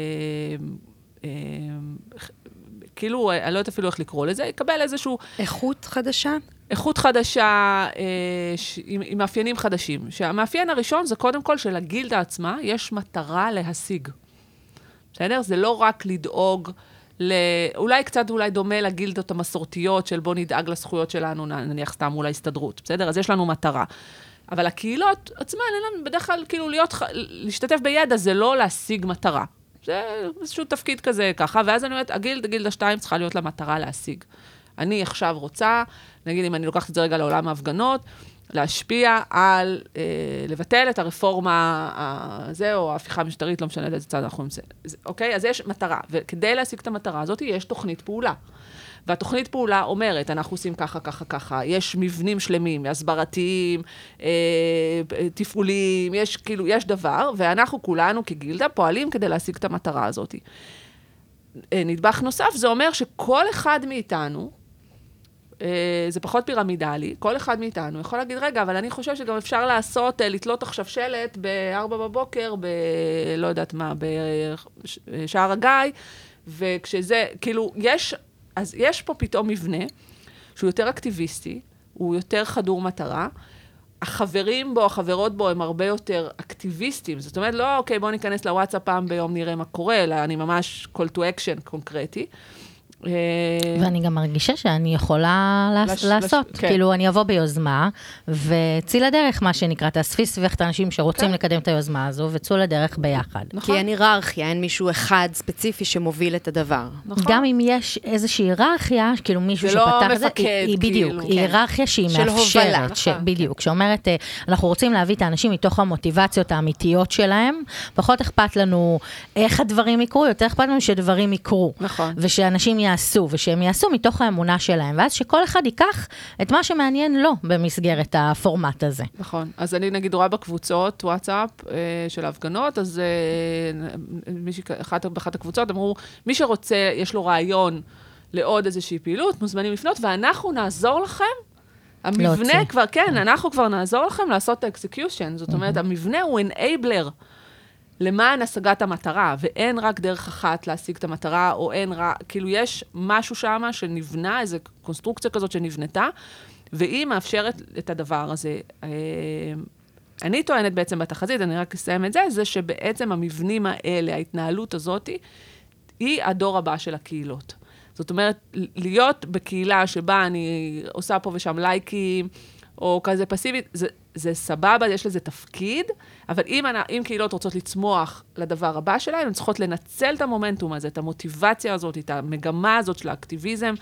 C: כאילו, אני לא יודעת אפילו איך לקרוא לזה, יקבל איזשהו...
A: איכות חדשה?
C: איכות חדשה עם מאפיינים חדשים. שהמאפיין הראשון זה קודם כל שלגילדה עצמה יש מטרה להשיג. בסדר? זה לא רק לדאוג, אולי קצת דומה לגילדות המסורתיות של בוא נדאג לזכויות שלנו, נניח סתם אולי הסתדרות. בסדר? אז יש לנו מטרה. אבל הקהילות עצמן, בדרך כלל כאילו להשתתף בידע זה לא להשיג מטרה. זה איזשהו תפקיד כזה ככה, ואז אני אומרת, גילדה 2 צריכה להיות לה מטרה להשיג. אני עכשיו רוצה, נגיד אם אני לוקחת את זה רגע לעולם ההפגנות, להשפיע על, לבטל את הרפורמה הזה, או ההפיכה המשטרית, לא משנה איזה צד אנחנו נמצאים. אוקיי? אז יש מטרה, וכדי להשיג את המטרה הזאת, יש תוכנית פעולה. והתוכנית פעולה אומרת, אנחנו עושים ככה, ככה, ככה, יש מבנים שלמים, הסברתיים, תפעוליים, יש, כאילו, יש דבר, ואנחנו כולנו כגילדה פועלים כדי להשיג את המטרה הזאת. נדבך נוסף, זה אומר שכל אחד מאיתנו, זה פחות פירמידלי, כל אחד מאיתנו יכול להגיד, רגע, אבל אני חושב שגם אפשר לעשות, לתלות עכשיו שלט ב-4 בבוקר, לא יודעת מה, בשער הגיא, וכשזה, כאילו, אז יש פה פתאום מבנה, שהוא יותר אקטיביסטי, הוא יותר חדור מטרה, החברים בו, החברות בו, הם הרבה יותר אקטיביסטים. זאת אומרת, לא, אוקיי, בואו ניכנס לוואטסאפ פעם ביום, נראה מה קורה, אלא אני ממש call to action קונקרטי.
B: ואני גם מרגישה שאני יכולה לעשות. כאילו, אני אבוא ביוזמה, וצאי לדרך, מה שנקרא, תאספי סביבך את האנשים שרוצים לקדם את היוזמה הזו, וצאו לדרך ביחד.
A: כי אין היררכיה, אין מישהו אחד ספציפי שמוביל את הדבר.
B: גם אם יש איזושהי היררכיה, כאילו מישהו שפתח את זה, היא בדיוק, היא היררכיה שהיא מאפשרת. בדיוק, שאומרת, אנחנו רוצים להביא את האנשים מתוך המוטיבציות האמיתיות שלהם, פחות אכפת לנו איך הדברים יקרו, יותר אכפת לנו שדברים יקרו. ושאנשים יעשו, ושהם יעשו מתוך האמונה שלהם, ואז שכל אחד ייקח את מה שמעניין לו במסגרת הפורמט הזה.
C: נכון. אז אני נגיד רואה בקבוצות וואטסאפ של ההפגנות, אז באחת הקבוצות אמרו, מי שרוצה, יש לו רעיון לעוד איזושהי פעילות, מוזמנים לפנות, ואנחנו נעזור לכם, המבנה כבר, כן, אנחנו כבר נעזור לכם לעשות את האקסקיושן, זאת אומרת, המבנה הוא enabler, למען השגת המטרה, ואין רק דרך אחת להשיג את המטרה, או אין רק, כאילו יש משהו שם שנבנה, איזו קונסטרוקציה כזאת שנבנתה, והיא מאפשרת את הדבר הזה. אני טוענת בעצם בתחזית, אני רק אסיים את זה, זה שבעצם המבנים האלה, ההתנהלות הזאת, היא הדור הבא של הקהילות. זאת אומרת, להיות בקהילה שבה אני עושה פה ושם לייקים, או כזה פסיבית, זה סבבה, יש לזה תפקיד, אבל אם קהילות רוצות לצמוח לדבר הבא שלהם, הן צריכות לנצל את המומנטום הזה, את המוטיבציה הזאת, את המגמה הזאת של האקטיביזם,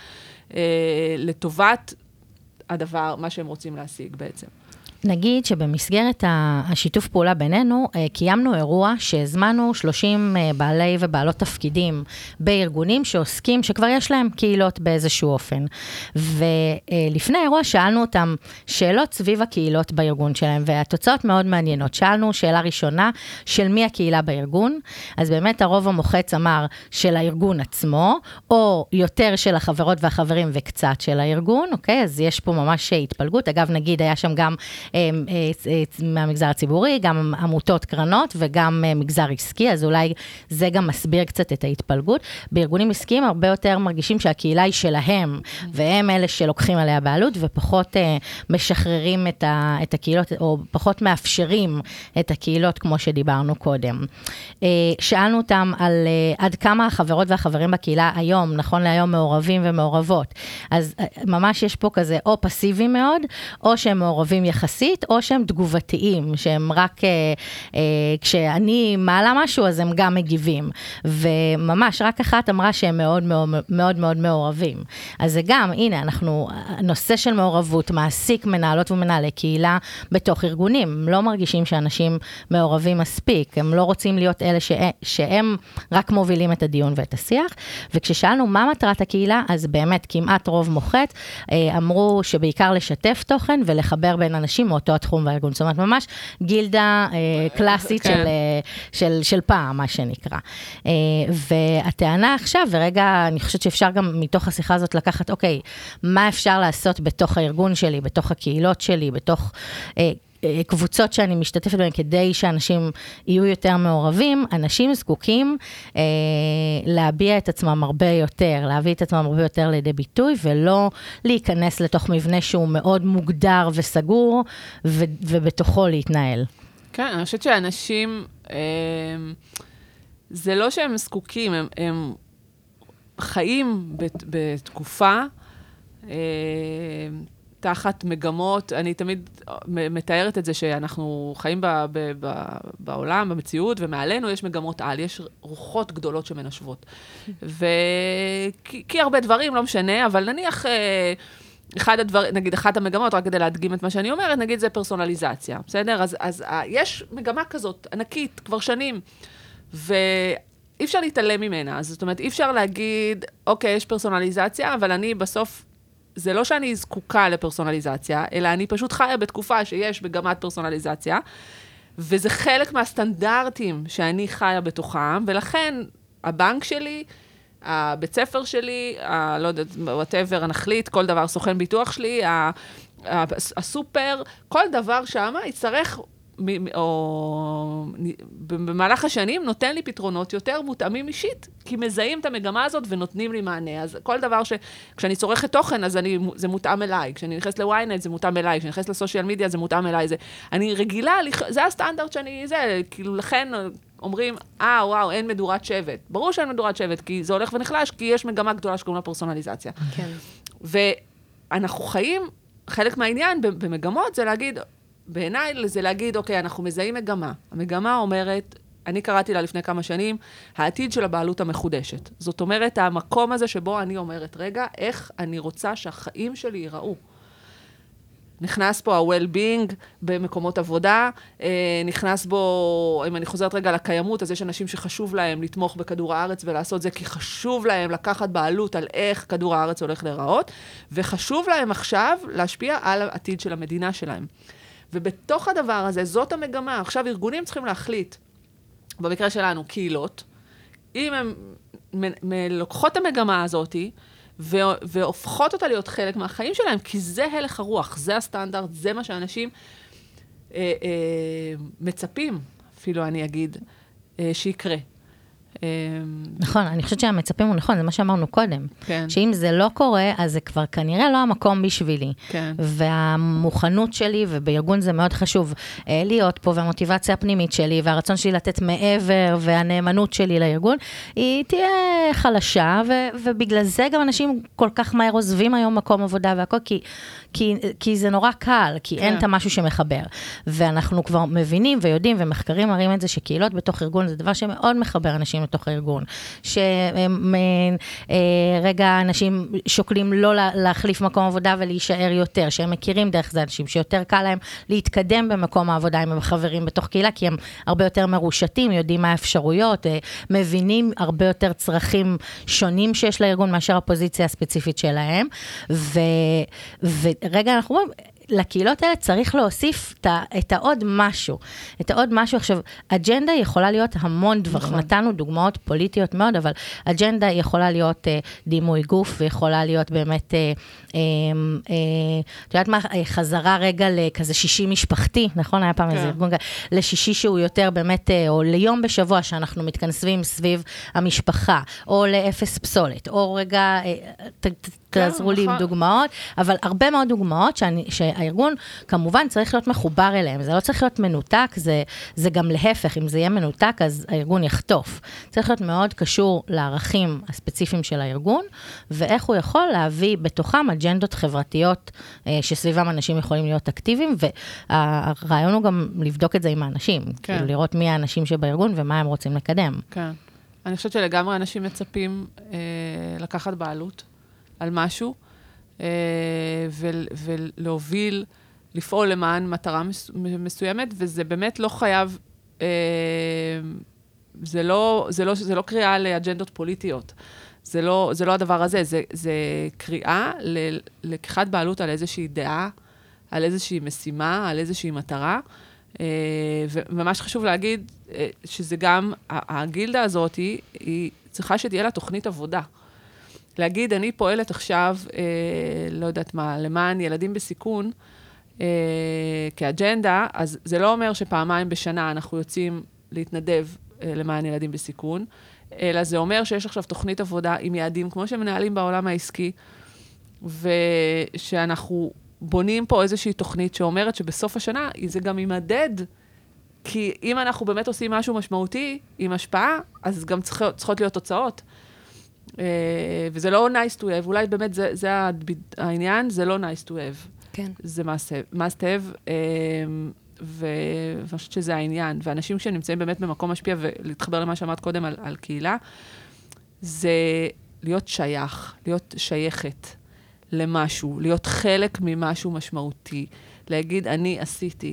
C: לטובת הדבר, מה שהם רוצים להשיג בעצם.
B: נגיד שבמסגרת השיתוף פעולה בינינו, קיימנו אירוע שהזמנו 30 בעלי ובעלות תפקידים בארגונים שעוסקים, שכבר יש להם קהילות באיזשהו אופן. ולפני האירוע שאלנו אותם שאלות סביב הקהילות בארגון שלהם, והתוצאות מאוד מעניינות. שאלנו שאלה ראשונה, של מי הקהילה בארגון? אז באמת הרוב המוחץ אמר של הארגון עצמו, או יותר של החברות והחברים וקצת של הארגון, אוקיי? אז יש פה ממש התפלגות. אגב, נגיד, היה שם גם מהמגזר הציבורי, גם עמותות קרנות וגם מגזר עסקי, אז אולי זה גם מסביר קצת את ההתפלגות. בארגונים עסקיים הרבה יותר מרגישים שהקהילה היא שלהם, והם אלה שלוקחים עליה בעלות, ופחות משחררים את הקהילות, או פחות מאפשרים את הקהילות, כמו שדיברנו קודם. שאלנו אותם על עד כמה החברות והחברים בקהילה היום, נכון להיום מעורבים ומעורבות. אז ממש יש פה כזה או פסיבי מאוד, או שהם מעורבים יחסית, או שהם תגובתיים, שהם רק, כשאני מעלה משהו, אז הם גם מגיבים. וממש, רק אחת אמרה שהם מאוד מאוד מאוד מאוד מעורבים. אז זה גם, הנה, נושא של מעורבות, מעסיק מנהלות ומנהלי קהילה בתוך ארגונים. הם לא מרגישים שאנשים מעורבים מספיק, הם לא רוצים להיות אלה שהם רק מובילים את הדיון ואת השיח. וכששאלנו מה מטרת הקהילה, אז באמת כמעט רוב מוחץ, אמרו שבעיקר לשתף תוכן ולחבר בין אנשים מאותו התחום והארגון. זאת אומרת, ממש גילדה קלאסית של פעם, מה שנקרא. והטענה עכשיו, ורגע, אני חושבת שאפשר גם מתוך השיחה הזאת לקחת, אוקיי, מה אפשר לעשות בתוך הארגון שלי, בתוך הקהילות שלי, בתוך קבוצות שאני משתתפת בהן, כדי שאנשים יהיו יותר מעורבים, אנשים זקוקים להביע את עצמם הרבה יותר, להביא את עצמם הרבה יותר לידי ביטוי, ולא להיכנס לתוך מבנה שהוא מאוד מוגדר וסגור, ובתוכו להתנהל.
C: כן, אני חושבת שאנשים, זה לא שהם זקוקים, הם חיים בתקופה, תחת מגמות, אני תמיד מתארת את זה שאנחנו חיים בעולם, במציאות, ומעלינו יש מגמות על, יש רוחות גדולות שמנשבות. כי הרבה דברים, לא משנה, אבל נניח, נגיד, אחת המגמות, רק כדי להדגים את מה שאני אומרת, נגיד זה פרסונליזציה, בסדר? אז יש מגמה כזאת, ענקית, כבר שנים, ואי אפשר להתעלם ממנה. אז זאת אומרת, אי אפשר להגיד, אוקיי, יש פרסונליזציה, אבל אני בסוף, זה לא שאני זקוקה לפרסונליזציה, אלא אני פשוט חיה בתקופה שיש מגמת פרסונליזציה, וזה חלק מהסטנדרטים שאני חיה בתוכם, ולכן הבנק שלי הבית ספר שלי, לא יודעת, whatever, הנחליט, כל דבר, סוכן ביטוח שלי, הסופר, כל דבר שם יצטרך, או במהלך השנים, נותן לי פתרונות יותר מותאמים אישית, כי מזהים את המגמה הזאת ונותנים לי מענה. אז כל דבר כשאני צורכת תוכן, אז זה מותאם אליי. כשאני נכנסת לוויינט, זה מותאם אליי. כשאני נכנסת לסושיאל מדיה, זה מותאם אליי. אני רגילה, זה הסטנדרט כאילו לכן אומרים, וואו, אין מדורת שבט. ברור שאין מדורת שבט, כי זה הולך ונחלש, כי יש מגמה גדולה שקוראים לה פרסונליזציה.
A: כן.
C: ואנחנו חיים, חלק מהעניין במגמות זה להגיד, בעיניי זה להגיד, אוקיי, אנחנו מזהים מגמה. המגמה אומרת, אני קראתי לה לפני כמה שנים, העתיד של הבעלות המחודשת. זאת אומרת, המקום הזה שבו אני אומרת, רגע, איך אני רוצה שהחיים שלי ייראו. נכנס פה ה-well-being במקומות עבודה, נכנס בו, אם אני חוזרת רגע לקיימות, אז יש אנשים שחשוב להם לתמוך בכדור הארץ ולעשות זה, כי חשוב להם לקחת בעלות על איך כדור הארץ הולך להיראות, וחשוב להם עכשיו להשפיע על העתיד של המדינה שלהם. ובתוך הדבר הזה, זאת המגמה. עכשיו ארגונים צריכים להחליט, במקרה שלנו, קהילות, אם הם לוקחות את המגמה הזאת, והופכות אותה להיות חלק מהחיים שלהם, כי זה הלך הרוח, זה הסטנדרט, זה מה שאנשים מצפים, אפילו אני אגיד, שיקרה.
B: נכון, אני חושבת שהמצפים הוא נכון, זה מה שאמרנו קודם.
C: כן.
B: שאם זה לא קורה, אז זה כבר כנראה לא המקום בשבילי.
C: כן.
B: והמוכנות שלי, ובארגון זה מאוד חשוב, להיות פה, והמוטיבציה הפנימית שלי, והרצון שלי לתת מעבר, והנאמנות שלי לארגון, היא תהיה חלשה, ובגלל זה גם אנשים כל כך מהר עוזבים היום מקום עבודה והכל, כי זה נורא קל, כי אין את המשהו שמחבר. ואנחנו כבר מבינים ויודעים, ומחקרים מראים את זה, שקהילות בתוך ארגון זה דבר שמאוד מחבר אנשים לתוך הארגון. שרגע אנשים שוקלים לא להחליף מקום עבודה ולהישאר יותר, שהם מכירים דרך זה אנשים, שיותר קל להם להתקדם במקום העבודה עם חברים בתוך קהילה, כי הם הרבה יותר מרושתים, יודעים מה האפשרויות, מבינים הרבה יותר צרכים שונים שיש לארגון, מאשר הפוזיציה הספציפית שלהם. ורגע אנחנו אומרים, לקהילות האלה צריך להוסיף את העוד משהו. את העוד משהו. עכשיו, אג'נדה יכולה להיות המון דברים. נכון. נתנו דוגמאות פוליטיות מאוד, אבל אג'נדה יכולה להיות דימוי גוף, ויכולה להיות באמת, את יודעת מה, חזרה רגע לכזה שישי משפחתי, נכון? היה פעם איזה ארגון, לשישי שהוא יותר באמת, או ליום בשבוע שאנחנו מתכנסים סביב המשפחה, או לאפס פסולת, או רגע, תעזרו לי עם דוגמאות, אבל הרבה מאוד דוגמאות שהארגון כמובן צריך להיות מחובר אליהם, זה לא צריך להיות מנותק, זה גם להפך, אם זה יהיה מנותק, אז הארגון יחטוף. צריך להיות מאוד קשור לערכים הספציפיים של הארגון, ואיך הוא יכול להביא בתוכם אג'נדות חברתיות, שסביבם אנשים יכולים להיות אקטיביים, והרעיון הוא גם לבדוק את זה עם האנשים, כאילו לראות מי האנשים שבארגון ומה הם רוצים לקדם.
C: כן. אני חושבת שלגמרי אנשים מצפים לקחת בעלות על משהו, ולהוביל, לפעול למען מטרה מסוימת, וזה באמת לא חייב, זה לא קריאה לאג'נדות פוליטיות. זה לא הדבר הזה, זה קריאה ללקיחת בעלות על איזושהי דעה, על איזושהי משימה, על איזושהי מטרה, וממש חשוב להגיד שזה גם, הגילדה הזאת היא צריכה שתהיה לה תוכנית עבודה. להגיד, אני פועלת עכשיו, לא יודעת מה, למען ילדים בסיכון, כאג'נדה, אז זה לא אומר שפעמיים בשנה אנחנו יוצאים להתנדב למען ילדים בסיכון, אלא זה אומר שיש עכשיו תוכנית עבודה עם יעדים, כמו שמנהלים בעולם העסקי, ושאנחנו בונים פה איזושהי תוכנית שאומרת שבסוף השנה זה גם יימדד, כי אם אנחנו באמת עושים משהו משמעותי עם השפעה, אז גם צריכות להיות תוצאות. וזה לא nice to have, אולי באמת זה העניין, זה לא nice to have.
A: כן.
C: זה must have, ואני חושבת שזה העניין. ואנשים שנמצאים באמת במקום משפיע, ולהתחבר למה שאמרת קודם על קהילה, זה להיות שייך, להיות שייכת למשהו, להיות חלק ממשהו משמעותי, להגיד, אני עשיתי.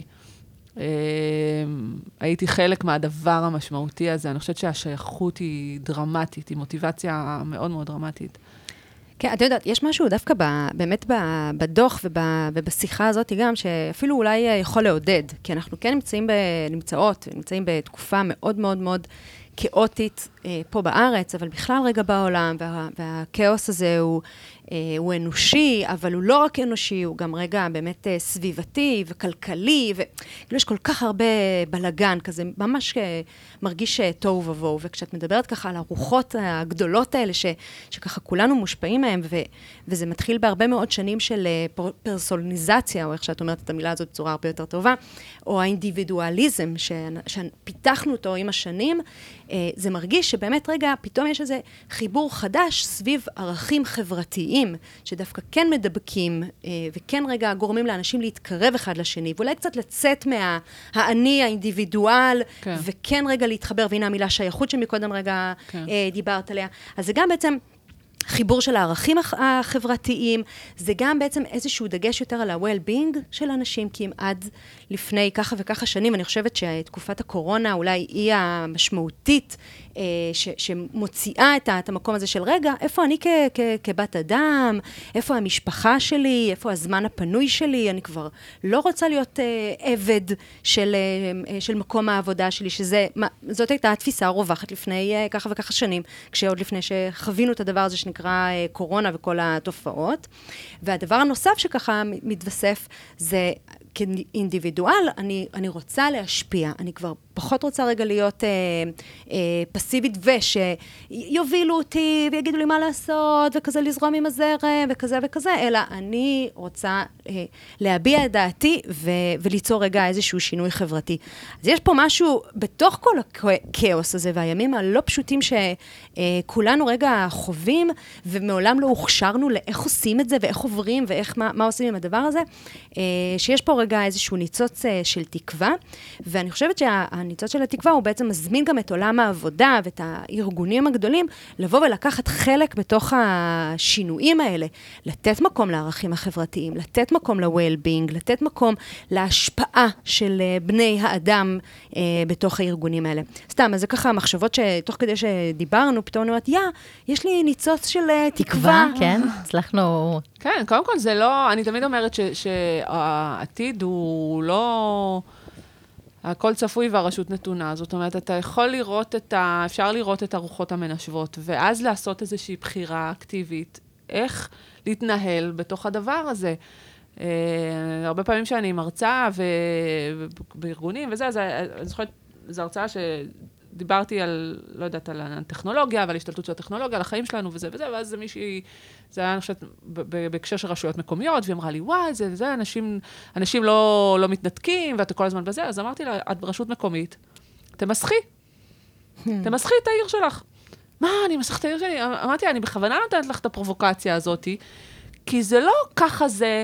C: הייתי חלק מהדבר המשמעותי הזה. אני חושבת שהשייכות היא דרמטית, היא מוטיבציה מאוד מאוד דרמטית.
A: כן, אתה יודעת, יש משהו דווקא באמת בדוח ובשיחה הזאת גם, שאפילו אולי יכול לעודד, כי אנחנו כן נמצאים בתקופה מאוד מאוד מאוד כאוטית פה בארץ, אבל בכלל רגע בעולם, והכאוס הזה הוא אנושי, אבל הוא לא רק אנושי, הוא גם רגע באמת סביבתי וכלכלי, וכאילו יש כל כך הרבה בלגן, כזה ממש מרגיש תוהו ובוהו, וכשאת מדברת ככה על הרוחות הגדולות האלה, שככה כולנו מושפעים מהם, וזה מתחיל בהרבה מאוד שנים של פרסונליזציה, או איך שאת אומרת את המילה הזאת בצורה הרבה יותר טובה, או האינדיבידואליזם שפיתחנו אותו עם השנים, זה מרגיש שבאמת רגע, פתאום יש איזה חיבור חדש סביב ערכים חברתיים, שדווקא כן מדבקים, וכן רגע גורמים לאנשים להתקרב אחד לשני, ואולי קצת לצאת מהאני, האינדיבידואל, כן. וכן רגע להתחבר, והנה המילה שייכות שמקודם רגע כן. דיברת עליה. אז זה גם בעצם חיבור של הערכים החברתיים, זה גם בעצם איזשהו דגש יותר על ה-well-being של אנשים, כי אם עד לפני ככה וככה שנים, אני חושבת שתקופת הקורונה אולי היא המשמעותית, שמוציאה את המקום הזה של רגע, איפה אני כבת אדם, איפה המשפחה שלי, איפה הזמן הפנוי שלי, אני כבר לא רוצה להיות עבד של מקום העבודה שלי, זאת הייתה התפיסה הרווחת לפני ככה וככה שנים, כשעוד לפני שחווינו את הדבר הזה שנקרא קורונה וכל התופעות. והדבר הנוסף שככה מתווסף זה כאינדיבידואל, אני רוצה להשפיע, אני כבר פחות רוצה רגע להיות פסיבית ושיובילו אותי ויגידו לי מה לעשות וכזה לזרום עם הזרם וכזה וכזה, אלא אני רוצה להביע את דעתי וליצור רגע איזשהו שינוי חברתי. אז יש פה משהו בתוך כל הכאוס הזה והימים הלא פשוטים שכולנו רגע חווים ומעולם לא הוכשרנו לאיך עושים את זה ואיך עוברים ואיך מה עושים עם הדבר הזה, שיש פה רגע איזשהו ניצוץ של תקווה, ואני חושבת הניצוץ של התקווה הוא בעצם מזמין גם את עולם העבודה ואת הארגונים הגדולים לבוא ולקחת חלק בתוך השינויים האלה, לתת מקום לערכים החברתיים, לתת מקום ל-well-being, לתת מקום להשפעה של בני האדם בתוך הארגונים האלה. סתם, אז זה ככה המחשבות שתוך כדי שדיברנו, פתאום אני אומרת, יש לי ניצוץ של תקווה.
B: כן, הצלחנו.
C: כן, קודם כל זה לא, אני תמיד אומרת שהעתיד הוא לא הכל צפוי והרשות נתונה, זאת אומרת, אתה יכול לראות אפשר לראות את הרוחות המנשבות, ואז לעשות איזושהי בחירה אקטיבית, איך להתנהל בתוך הדבר הזה. הרבה פעמים שאני מרצה בארגונים וזה, אז אני זוכרת, זו הרצאה שדיברתי על, לא יודעת, על הטכנולוגיה, ועל השתלטות של הטכנולוגיה, על החיים שלנו וזה, ואז זה מישהי, זה היה, אני חושבת, בהקשר של רשויות מקומיות, והיא אמרה לי, וואי, זה, אנשים לא מתנתקים, ואתה כל הזמן בזה, אז אמרתי לה, את ברשות מקומית, תמסכי את העיר שלך. מה, אני מסכת את העיר שלי? אמרתי, אני בכוונה נותנת לך את הפרובוקציה הזאת, כי זה לא ככה זה,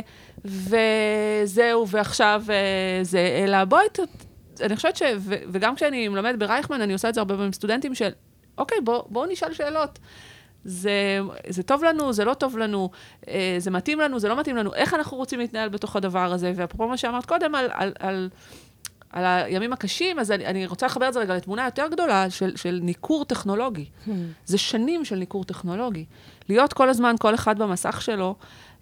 C: וזהו, ועכשיו זה, אלא בואי, אני חושבת וגם כשאני מלמד ברייכמן, אני עושה את זה הרבה עם סטודנטים של, אוקיי, בואו נשאל שאלות. זה טוב לנו, זה לא טוב לנו, זה מתאים לנו, זה לא מתאים לנו, איך אנחנו רוצים להתנהל בתוך הדבר הזה, ואפרופו מה שאמרת קודם על הימים הקשים, אז אני רוצה לחבר את זה רגע לתמונה יותר גדולה של ניכור טכנולוגי. זה שנים של ניכור טכנולוגי. להיות כל הזמן, כל אחד במסך שלו,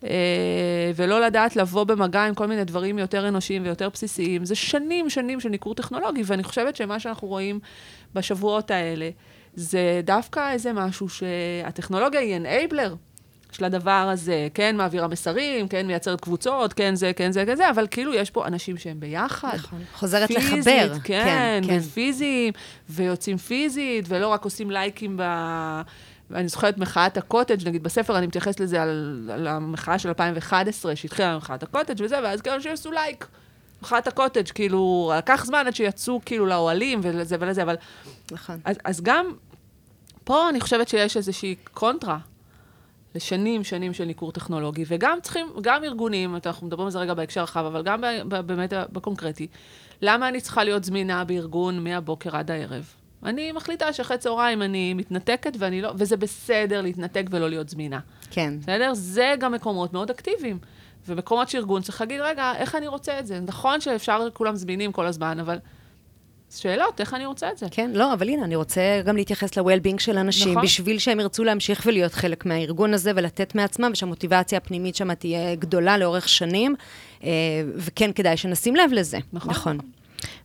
C: ולא לדעת לבוא במגע עם כל מיני דברים יותר אנושיים ויותר בסיסיים, זה שנים של ניכור טכנולוגי, ואני חושבת שמה שאנחנו רואים בשבועות האלה, זה דווקא איזה משהו שהטכנולוגיה היא enabler של הדבר הזה, כן, מעבירה מסרים, כן, מייצרת קבוצות, כן, זה, אבל כאילו יש פה אנשים שהם ביחד.
A: נכון, חוזרת לחבר.
C: כן, ופיזיים, ויוצאים פיזית, ולא רק עושים לייקים אני זוכרת מחאת הקוטג', נגיד בספר אני מתייחס לזה על המחאה של 2011, שהתחילה מחאת הקוטג' וזה, ואז כאילו שעשו לייק, מחאת הקוטג', כאילו, לקח זמן עד שיצאו כאילו לאוהלים ולזה ולזה, אבל...
A: נכון.
C: אז גם פה אני חושבת שיש איזושהי קונטרה לשנים של ניכור טכנולוגי, וגם צריכים, גם ארגונים, אנחנו מדברים על זה רגע בהקשר רחב, אבל גם באמת בקונקרטי, למה אני צריכה להיות זמינה בארגון מהבוקר עד הערב? אני מחליטה שאחרי צהריים אני מתנתקת, וזה בסדר להתנתק ולא להיות זמינה.
A: כן.
C: בסדר? זה גם מקומות מאוד אקטיביים. ומקומות שארגון צריך להגיד, רגע, איך אני רוצה את זה? נכון שאפשר כולם זמינים כל הזמן, אבל שאלות, איך אני רוצה את זה?
A: כן, לא, אבל הנה, אני רוצה גם להתייחס ל-well-being של אנשים, נכון. בשביל שהם ירצו להמשיך ולהיות חלק מהארגון הזה, ולתת מעצמם, ושהמוטיבציה הפנימית שם תהיה גדולה לאורך שנים, וכן כדאי שנשים לב לזה.
C: נכון.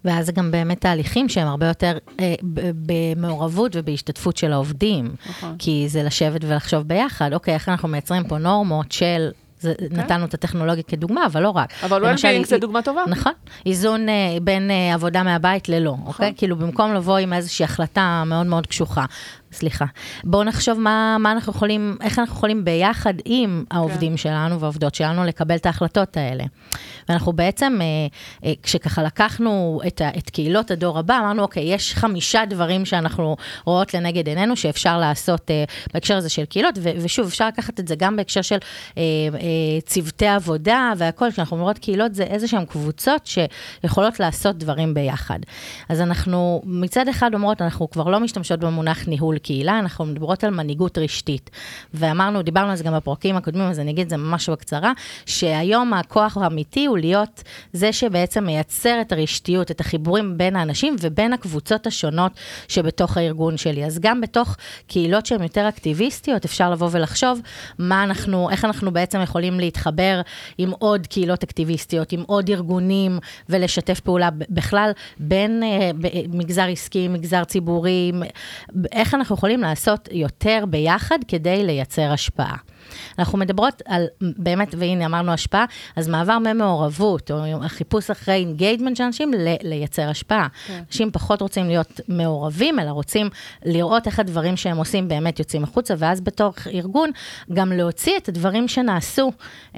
B: ואז זה גם באמת תהליכים שהם הרבה יותר במעורבות ובהשתתפות של העובדים. כי זה לשבת ולחשוב ביחד, אוקיי, איך אנחנו מייצרים פה נורמות של... נתנו את הטכנולוגיה כדוגמה, אבל לא רק.
C: אבל well-being זה דוגמה טובה.
B: נכון. איזון בין עבודה מהבית ללא, אוקיי? כאילו במקום לבוא עם איזושהי החלטה מאוד מאוד קשוחה. סליחה. בואו נחשוב מה אנחנו יכולים, איך אנחנו יכולים ביחד עם העובדים שלנו והעובדות שלנו לקבל את ההחלטות האלה. ואנחנו בעצם, כשככה לקחנו את קהילות הדור הבא, אמרנו, אוקיי, יש 5 דברים שאנחנו רואות לנגד עינינו, שאפשר לעשות בהקשר הזה של קהילות, ושוב, אפשר לקחת את זה גם בהקשר של צוותי עבודה והכל, כשאנחנו אומרות קהילות, זה איזשהם קבוצות שיכולות לעשות דברים ביחד. אז אנחנו מצד אחד אומרות, אנחנו כבר לא משתמשות במונח ניהול קהילה, אנחנו מדברות על מנהיגות רשתית. ואמרנו, דיברנו על זה גם בפרקים הקודמים, אז אני אגיד את זה ממש בקצרה, שהיום הכוח האמיתי הוא להיות זה שבעצם מייצר את הרשתיות, את החיבורים בין האנשים ובין הקבוצות השונות שבתוך הארגון שלי. אז גם בתוך קהילות שהן יותר אקטיביסטיות, אפשר לבוא ולחשוב איך אנחנו בעצם יכולים להתחבר עם עוד קהילות אקטיביסטיות, עם עוד ארגונים, ולשתף פעולה בכלל בין מגזר עסקי, מגזר ציבורי, איך אנחנו יכולים לעשות יותר ביחד כדי לייצר השפעה. אנחנו מדברות על, באמת, והנה אמרנו השפעה, אז מעבר ממעורבות, או החיפוש אחרי אינגייג'מנט של אנשים, לייצר השפעה. אנשים פחות רוצים להיות מעורבים, אלא רוצים לראות איך הדברים שהם עושים באמת יוצאים החוצה, ואז בתוך ארגון, גם להוציא את הדברים שנעשו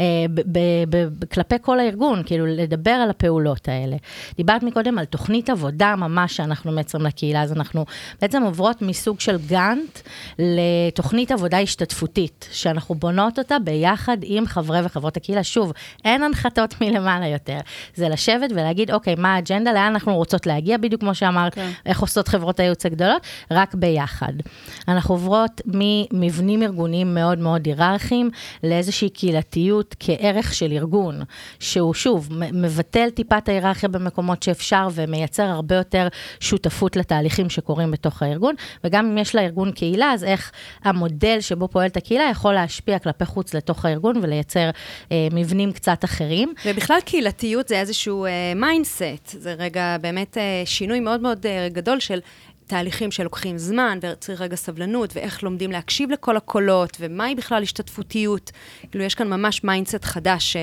B: כלפי כל הארגון, כאילו לדבר על הפעולות האלה. דיברת מקודם על תוכנית עבודה ממש שאנחנו מייצרים לקהילה, אז אנחנו בעצם עוברות מסוג של גאנט לתוכנית עבודה השתתפותית, שאנחנו בונות אותה ביחד עם חברי וחברות הקהילה. שוב, אין הנחתות מלמעלה יותר. זה לשבת ולהגיד, אוקיי, מה האג'נדה, לאן אנחנו רוצות להגיע, בדיוק כמו שאמרת, איך עושות חברות הייעוץ הגדולות, רק ביחד. אנחנו עוברות ממבנים ארגוניים מאוד מאוד היררכיים, לאיזושהי קהילתיות כערך של ארגון, שהוא שוב, מבטל טיפת ההיררכיה במקומות שאפשר, ומייצר הרבה יותר שותפות לתהליכים שקורים בתוך הארגון, וגם אם יש לארגון קהילה, אז איך המודל שבו פועלת הקהילה יכול להשפיע כלפי חוץ לתוך הארגון ולייצר מבנים קצת אחרים.
A: ובכלל קהילתיות זה איזשהו מיינדסט, זה רגע באמת שינוי מאוד מאוד גדול של תהליכים שלוקחים זמן, וצריך רגע סבלנות, ואיך לומדים להקשיב לכל הקולות, ומהי בכלל השתתפותיות. כאילו יש כאן ממש מיינדסט חדש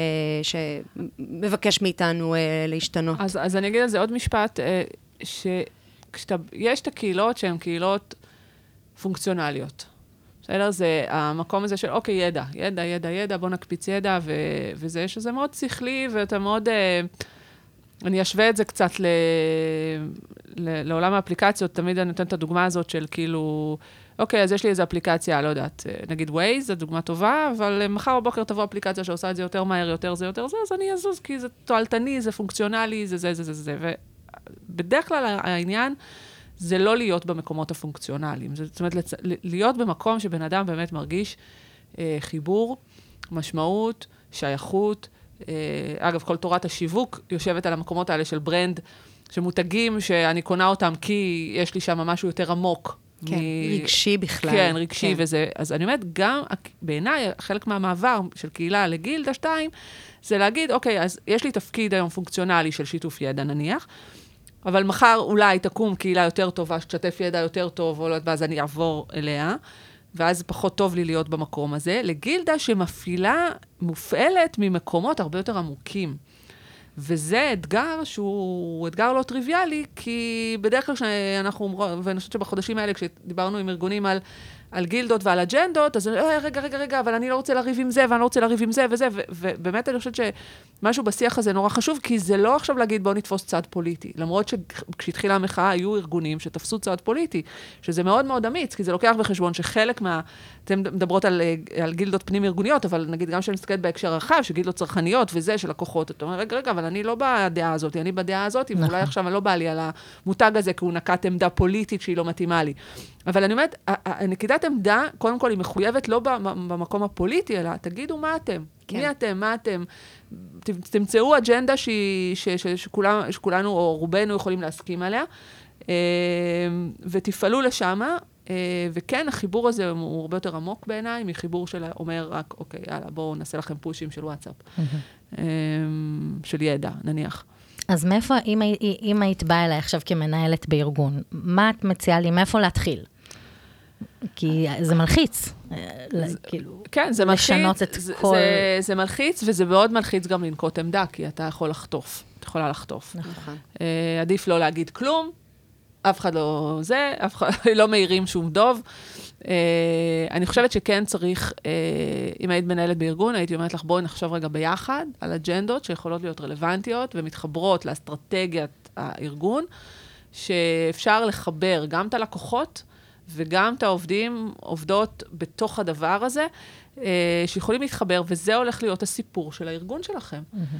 A: שמבקש מאיתנו להשתנות.
C: אז אני אגיד על זה עוד משפט, שיש את הקהילות שהן קהילות פונקציונליות. בסדר, זה המקום הזה של, אוקיי, ידע, בוא נקפיץ ידע, וזה שזה מאוד שכלי, ואתה מאוד, אני אשווה את זה קצת לעולם האפליקציות, תמיד אני נותנת את הדוגמה הזאת של כאילו, אוקיי, אז יש לי איזו אפליקציה, לא יודעת, נגיד Waze, זו דוגמה טובה, אבל מחר בבוקר תבוא אפליקציה שעושה את זה יותר מהר, יותר זה, אז אני אזוז, כי זה תועלתני, זה פונקציונלי, זה. ובדרך כלל העניין, זה לא להיות במקומות הפונקציונליים. זאת אומרת, להיות במקום שבן אדם באמת מרגיש חיבור, משמעות, שייכות. אגב, כל תורת השיווק יושבת על המקומות האלה של ברנד, שמותגים שאני קונה אותם כי יש לי שם משהו יותר עמוק.
A: כן, רגשי בכלל.
C: כן, רגשי וזה. אז אני אומרת, גם בעיניי, חלק מהמעבר של קהילה לגילדה 2, זה להגיד, אוקיי, אז יש לי תפקיד היום פונקציונלי של שיתוף ידע נניח, אבל מחר אולי תקום קהילה יותר טובה, שתשתף ידע יותר טוב, ואז אני אעבור אליה, ואז פחות טוב לי להיות במקום הזה, לגילדה מופעלת ממקומות הרבה יותר עמוקים. וזה אתגר שהוא אתגר לא טריוויאלי, כי בדרך כלל שאנחנו, ואני חושבת שבחודשים האלה, כשדיברנו עם ארגונים על גילדות ועל אג'נדות, אז רגע, אבל אני לא רוצה לריב עם זה, ואני לא רוצה לריב עם זה וזה, ובאמת אני חושבת שמשהו בשיח הזה נורא חשוב, כי זה לא עכשיו להגיד בוא נתפוס צד פוליטי, למרות שכשהתחילה המחאה היו ארגונים שתפסו צד פוליטי, שזה מאוד מאוד אמיץ, כי זה לוקח בחשבון שחלק אתם מדברות על גילדות פנים ארגוניות, אבל נגיד גם שאני מסתכלת בהקשר הרחב, שגילדות צרכניות וזה של לקוחות, אתה אומר, רגע, אבל אני לא בדעה הזאת, אני בדעה הזאת, ואולי עכשיו אני לא בא לי על המותג הזה, כי הוא נקט עמדה פוליטית שהיא לא מתאימה לי. אבל אני אומרת, נקידת עמדה, קודם כל, היא מחויבת לא במקום הפוליטי, אלא תגידו מה אתם, מי אתם, מה אתם, תמצאו אג'נדה שכולנו או רובנו יכולים להסכים עליה, ותפעלו לשם, וכן, החיבור הזה הוא הרבה יותר עמוק בעיניי, מחיבור של אומר רק, אוקיי, יאללה, בואו נעשה לכם פושים של וואטסאפ, של ידע, נניח.
B: אז מאיפה, אם היית באה אליי עכשיו כמנהלת בארגון, מה את מציעה לי, מאיפה להתחיל? כי זה מלחיץ, כאילו,
C: כן, זה מלחיץ,
B: לשנות את כל...
C: זה מלחיץ, וזה מאוד מלחיץ גם לנקוט עמדה, כי אתה יכול לחטוף, את יכולה לחטוף.
B: נכון.
C: עדיף לא להגיד כלום, אף אחד לא זה, אף אחד לא מעירים שום דוב. אני חושבת שכן צריך, אם היית מנהלת בארגון, הייתי אומרת לך, בואי נחשוב רגע ביחד על אג'נדות שיכולות להיות רלוונטיות ומתחברות לאסטרטגיית הארגון, שאפשר לחבר גם את הלקוחות וגם את העובדים, עובדות בתוך הדבר הזה, שיכולים להתחבר, וזה הולך להיות הסיפור של הארגון שלכם.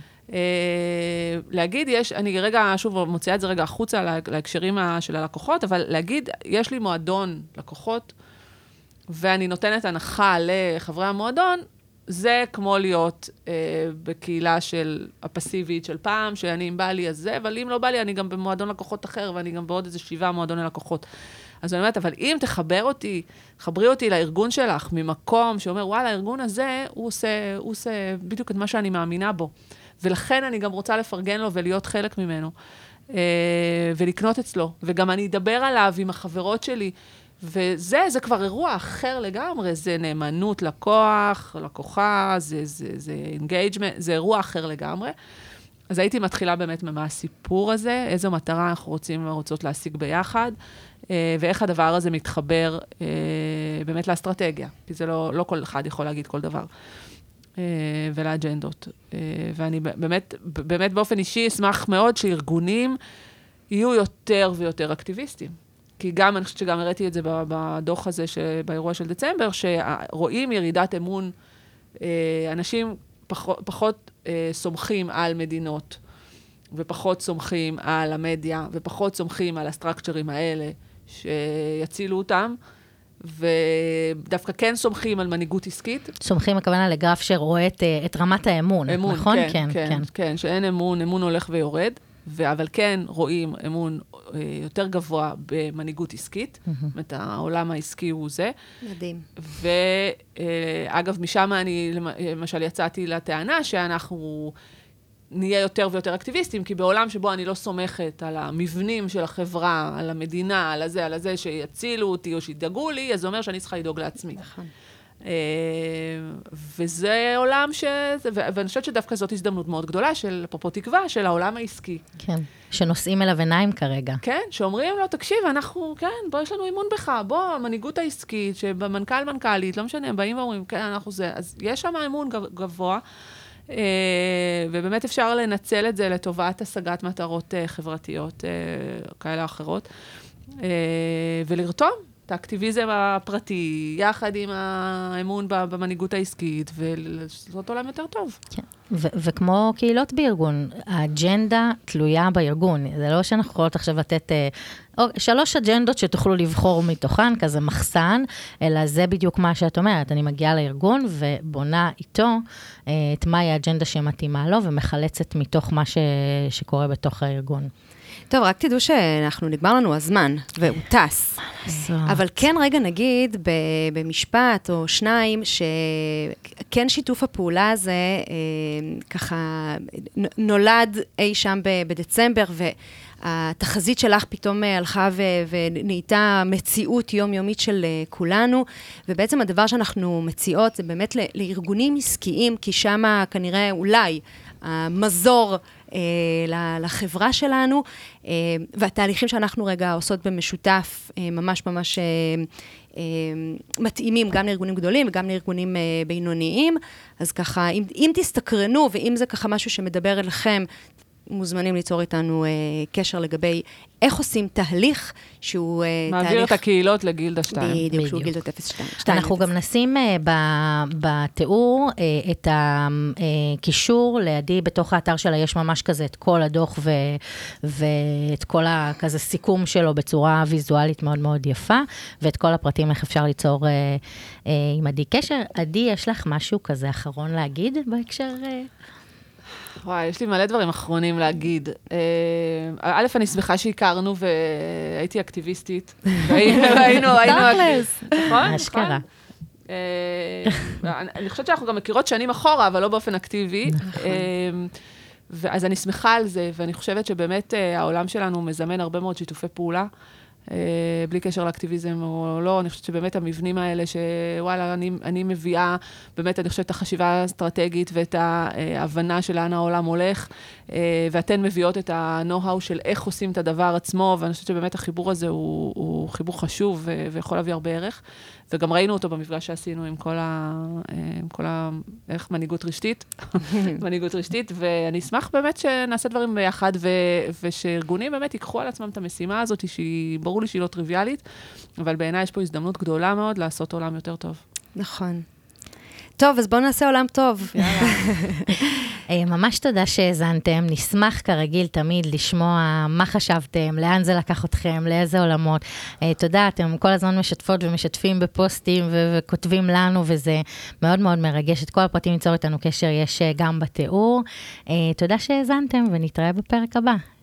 C: להגיד, אני רגע, שוב, מוציאה את זה רגע החוצה להקשרים של הלקוחות, אבל להגיד, יש לי מועדון לקוחות, ואני נותנת הנחה לחברי המועדון, זה כמו להיות בקהילה של הפסיבית של פעם, שאני אם בא לי אז זה, אבל אם לא בא לי, אני גם במועדון לקוחות אחר, ואני גם בעוד איזה 7 מועדוני לקוחות. אז אני אומרת, אבל אם חברי אותי לארגון שלך, ממקום שאומר, וואלה, הארגון הזה, הוא עושה בדיוק את מה שאני מאמינה בו. ולכן אני גם רוצה לפרגן לו ולהיות חלק ממנו, ולקנות אצלו. וגם אני אדבר עליו עם החברות שלי, וזה כבר אירוע אחר לגמרי, זה נאמנות לקוחה, זה engagement, זה אירוע אחר לגמרי. אז הייתי מתחילה באמת ממה הסיפור הזה, איזו מטרה אנחנו רוצות להשיג ביחד, ואיך הדבר הזה מתחבר באמת לאסטרטגיה, כי זה לא כל אחד יכול להגיד כל דבר, ולאג'נדות. ואני באמת באופן אישי אשמח מאוד שארגונים יהיו יותר ויותר אקטיביסטים. כי גם, אני חושבת שגם הראיתי את זה בדוח הזה, באירוע של דצמבר, שרואים ירידת אמון, אנשים פחות סומכים על מדינות, ופחות סומכים על המדיה, ופחות סומכים על הסטרקצ'רים האלה, שיצילו אותם, ודווקא כן סומכים על מנהיגות עסקית.
B: סומכים הכוונה לגרף שרואה את רמת האמון, נכון?
C: כן, שאין אמון הולך ויורד, אבל כן רואים אמון יותר גבוה במנהיגות עסקית, זאת אומרת, העולם העסקי הוא זה.
A: מדהים.
C: ואגב, משם אני, למשל, יצאתי לטענה שאנחנו נהיה יותר ויותר אקטיביסטים, כי בעולם שבו אני לא סומכת על המבנים של החברה, על המדינה, על הזה שיצילו אותי או שידאגו לי, אז זה אומר שאני צריכה לדאוג לעצמי.
A: נכון.
C: וזה עולם ואני חושבת שדווקא זאת הזדמנות מאוד גדולה של, אפרופו תקווה, של העולם העסקי.
B: כן, שנושאים אליו עיניים כרגע.
C: כן, שאומרים לו, תקשיב, אנחנו, כן, בוא, יש לנו אימון בך, בוא, המנהיגות העסקית, שבמנכ"ל, מנכ"לית, לא משנה, הם באים ואומרים, כן, אנחנו זה, אז יש שם אימון גבוה, ובאמת אפשר לנצל את זה לטובת השגת מטרות חברתיות כאלה או אחרות, ולרתום את האקטיביזם הפרטי, יחד עם האמון במנהיגות העסקית, ולעשות עולם יותר טוב.
B: כן. וכמו קהילות בארגון, האג'נדה תלויה בארגון. זה לא שאנחנו יכולות עכשיו לתת 3 אג'נדות שתוכלו לבחור מתוכן, כזה מחסן, אלא זה בדיוק מה שאת אומרת. אני מגיעה לארגון ובונה איתו את מהי האג'נדה שמתאימה לו, ומחלצת מתוך מה שקורה בתוך הארגון.
A: טוב, רק תדעו שאנחנו נגמר לנו הזמן, והוא טס. אבל כן רגע נגיד במשפט או שניים, שכן שיתוף הפעולה הזה ככה נולד אי שם בדצמבר, והתחזית שלך פתאום הלכה ונהייתה מציאות יומיומית של כולנו, ובעצם הדבר שאנחנו מציעות זה באמת לארגונים עסקיים, כי שמה כנראה אולי המזור לחברה שלנו, והתהליכים שאנחנו רגע עושות במשותף, ממש מתאימים גם לארגונים גדולים וגם לארגונים בינוניים, אז ככה, אם תסתקרנו, ואם זה ככה משהו שמדבר אליכם, מוזמנים ליצור איתנו קשר לגבי איך עושים תהליך שהוא תהליך...
C: מעביר את הקהילות לגילדה 2.
A: בדיוק, שהוא גילדות 0.2.
B: אנחנו גם נשים בתיאור את הקישור לידי בתוך האתר שלה, יש ממש כזה את כל הדוח ואת כל כזה סיכום שלו בצורה ויזואלית מאוד מאוד יפה, ואת כל הפרטים איך אפשר ליצור עם עדי קשר. עדי, יש לך משהו כזה אחרון להגיד בהקשר...
C: וואי, יש לי מלא דברים אחרונים להגיד. א', אני שמחה שהכרנו והייתי אקטיביסטית. והיינו... נכון?
B: אשכרה.
C: אני חושבת שאנחנו גם מכירות שנים אחורה, אבל לא באופן אקטיבי. אז אני שמחה על זה, ואני חושבת שבאמת העולם שלנו מזמן הרבה מאוד שיתופי פעולה, בלי קשר לאקטיביזם או לא, אני חושבת שבאמת המבנים האלה, שוואלה, אני מביאה, באמת אני חושבת את החשיבה האסטרטגית ואת ההבנה של לאן העולם הולך, ואתן מביאות את ה-know-how של איך עושים את הדבר עצמו, ואני חושבת שבאמת החיבור הזה הוא חיבור חשוב ויכול להביא הרבה ערך, וגם ראינו אותו במפגש שעשינו עם כל איך מנהיגות רשתית, מנהיגות רשתית, ואני אשמח באמת שנעשה דברים ביחד, ושארגונים באמת ייקחו על עצמם את המשימה הזאת, ברור לי שהיא לא טריוויאלית, אבל בעיניי יש פה הזדמנות גדולה מאוד לעשות עולם יותר טוב.
A: נכון. טוב, אז בואו נעשה עולם טוב.
B: ממש תודה שהזנתם, נשמח כרגיל תמיד לשמוע מה חשבתם, לאן זה לקח אתכם, לאיזה עולמות. תודה, אתם כל הזמן משתפות ומשתפים בפוסטים וכותבים לנו, וזה מאוד מאוד מרגש. את כל הפרטים ליצור איתנו קשר יש גם בתיאור. תודה שהזנתם, ונתראה בפרק הבא.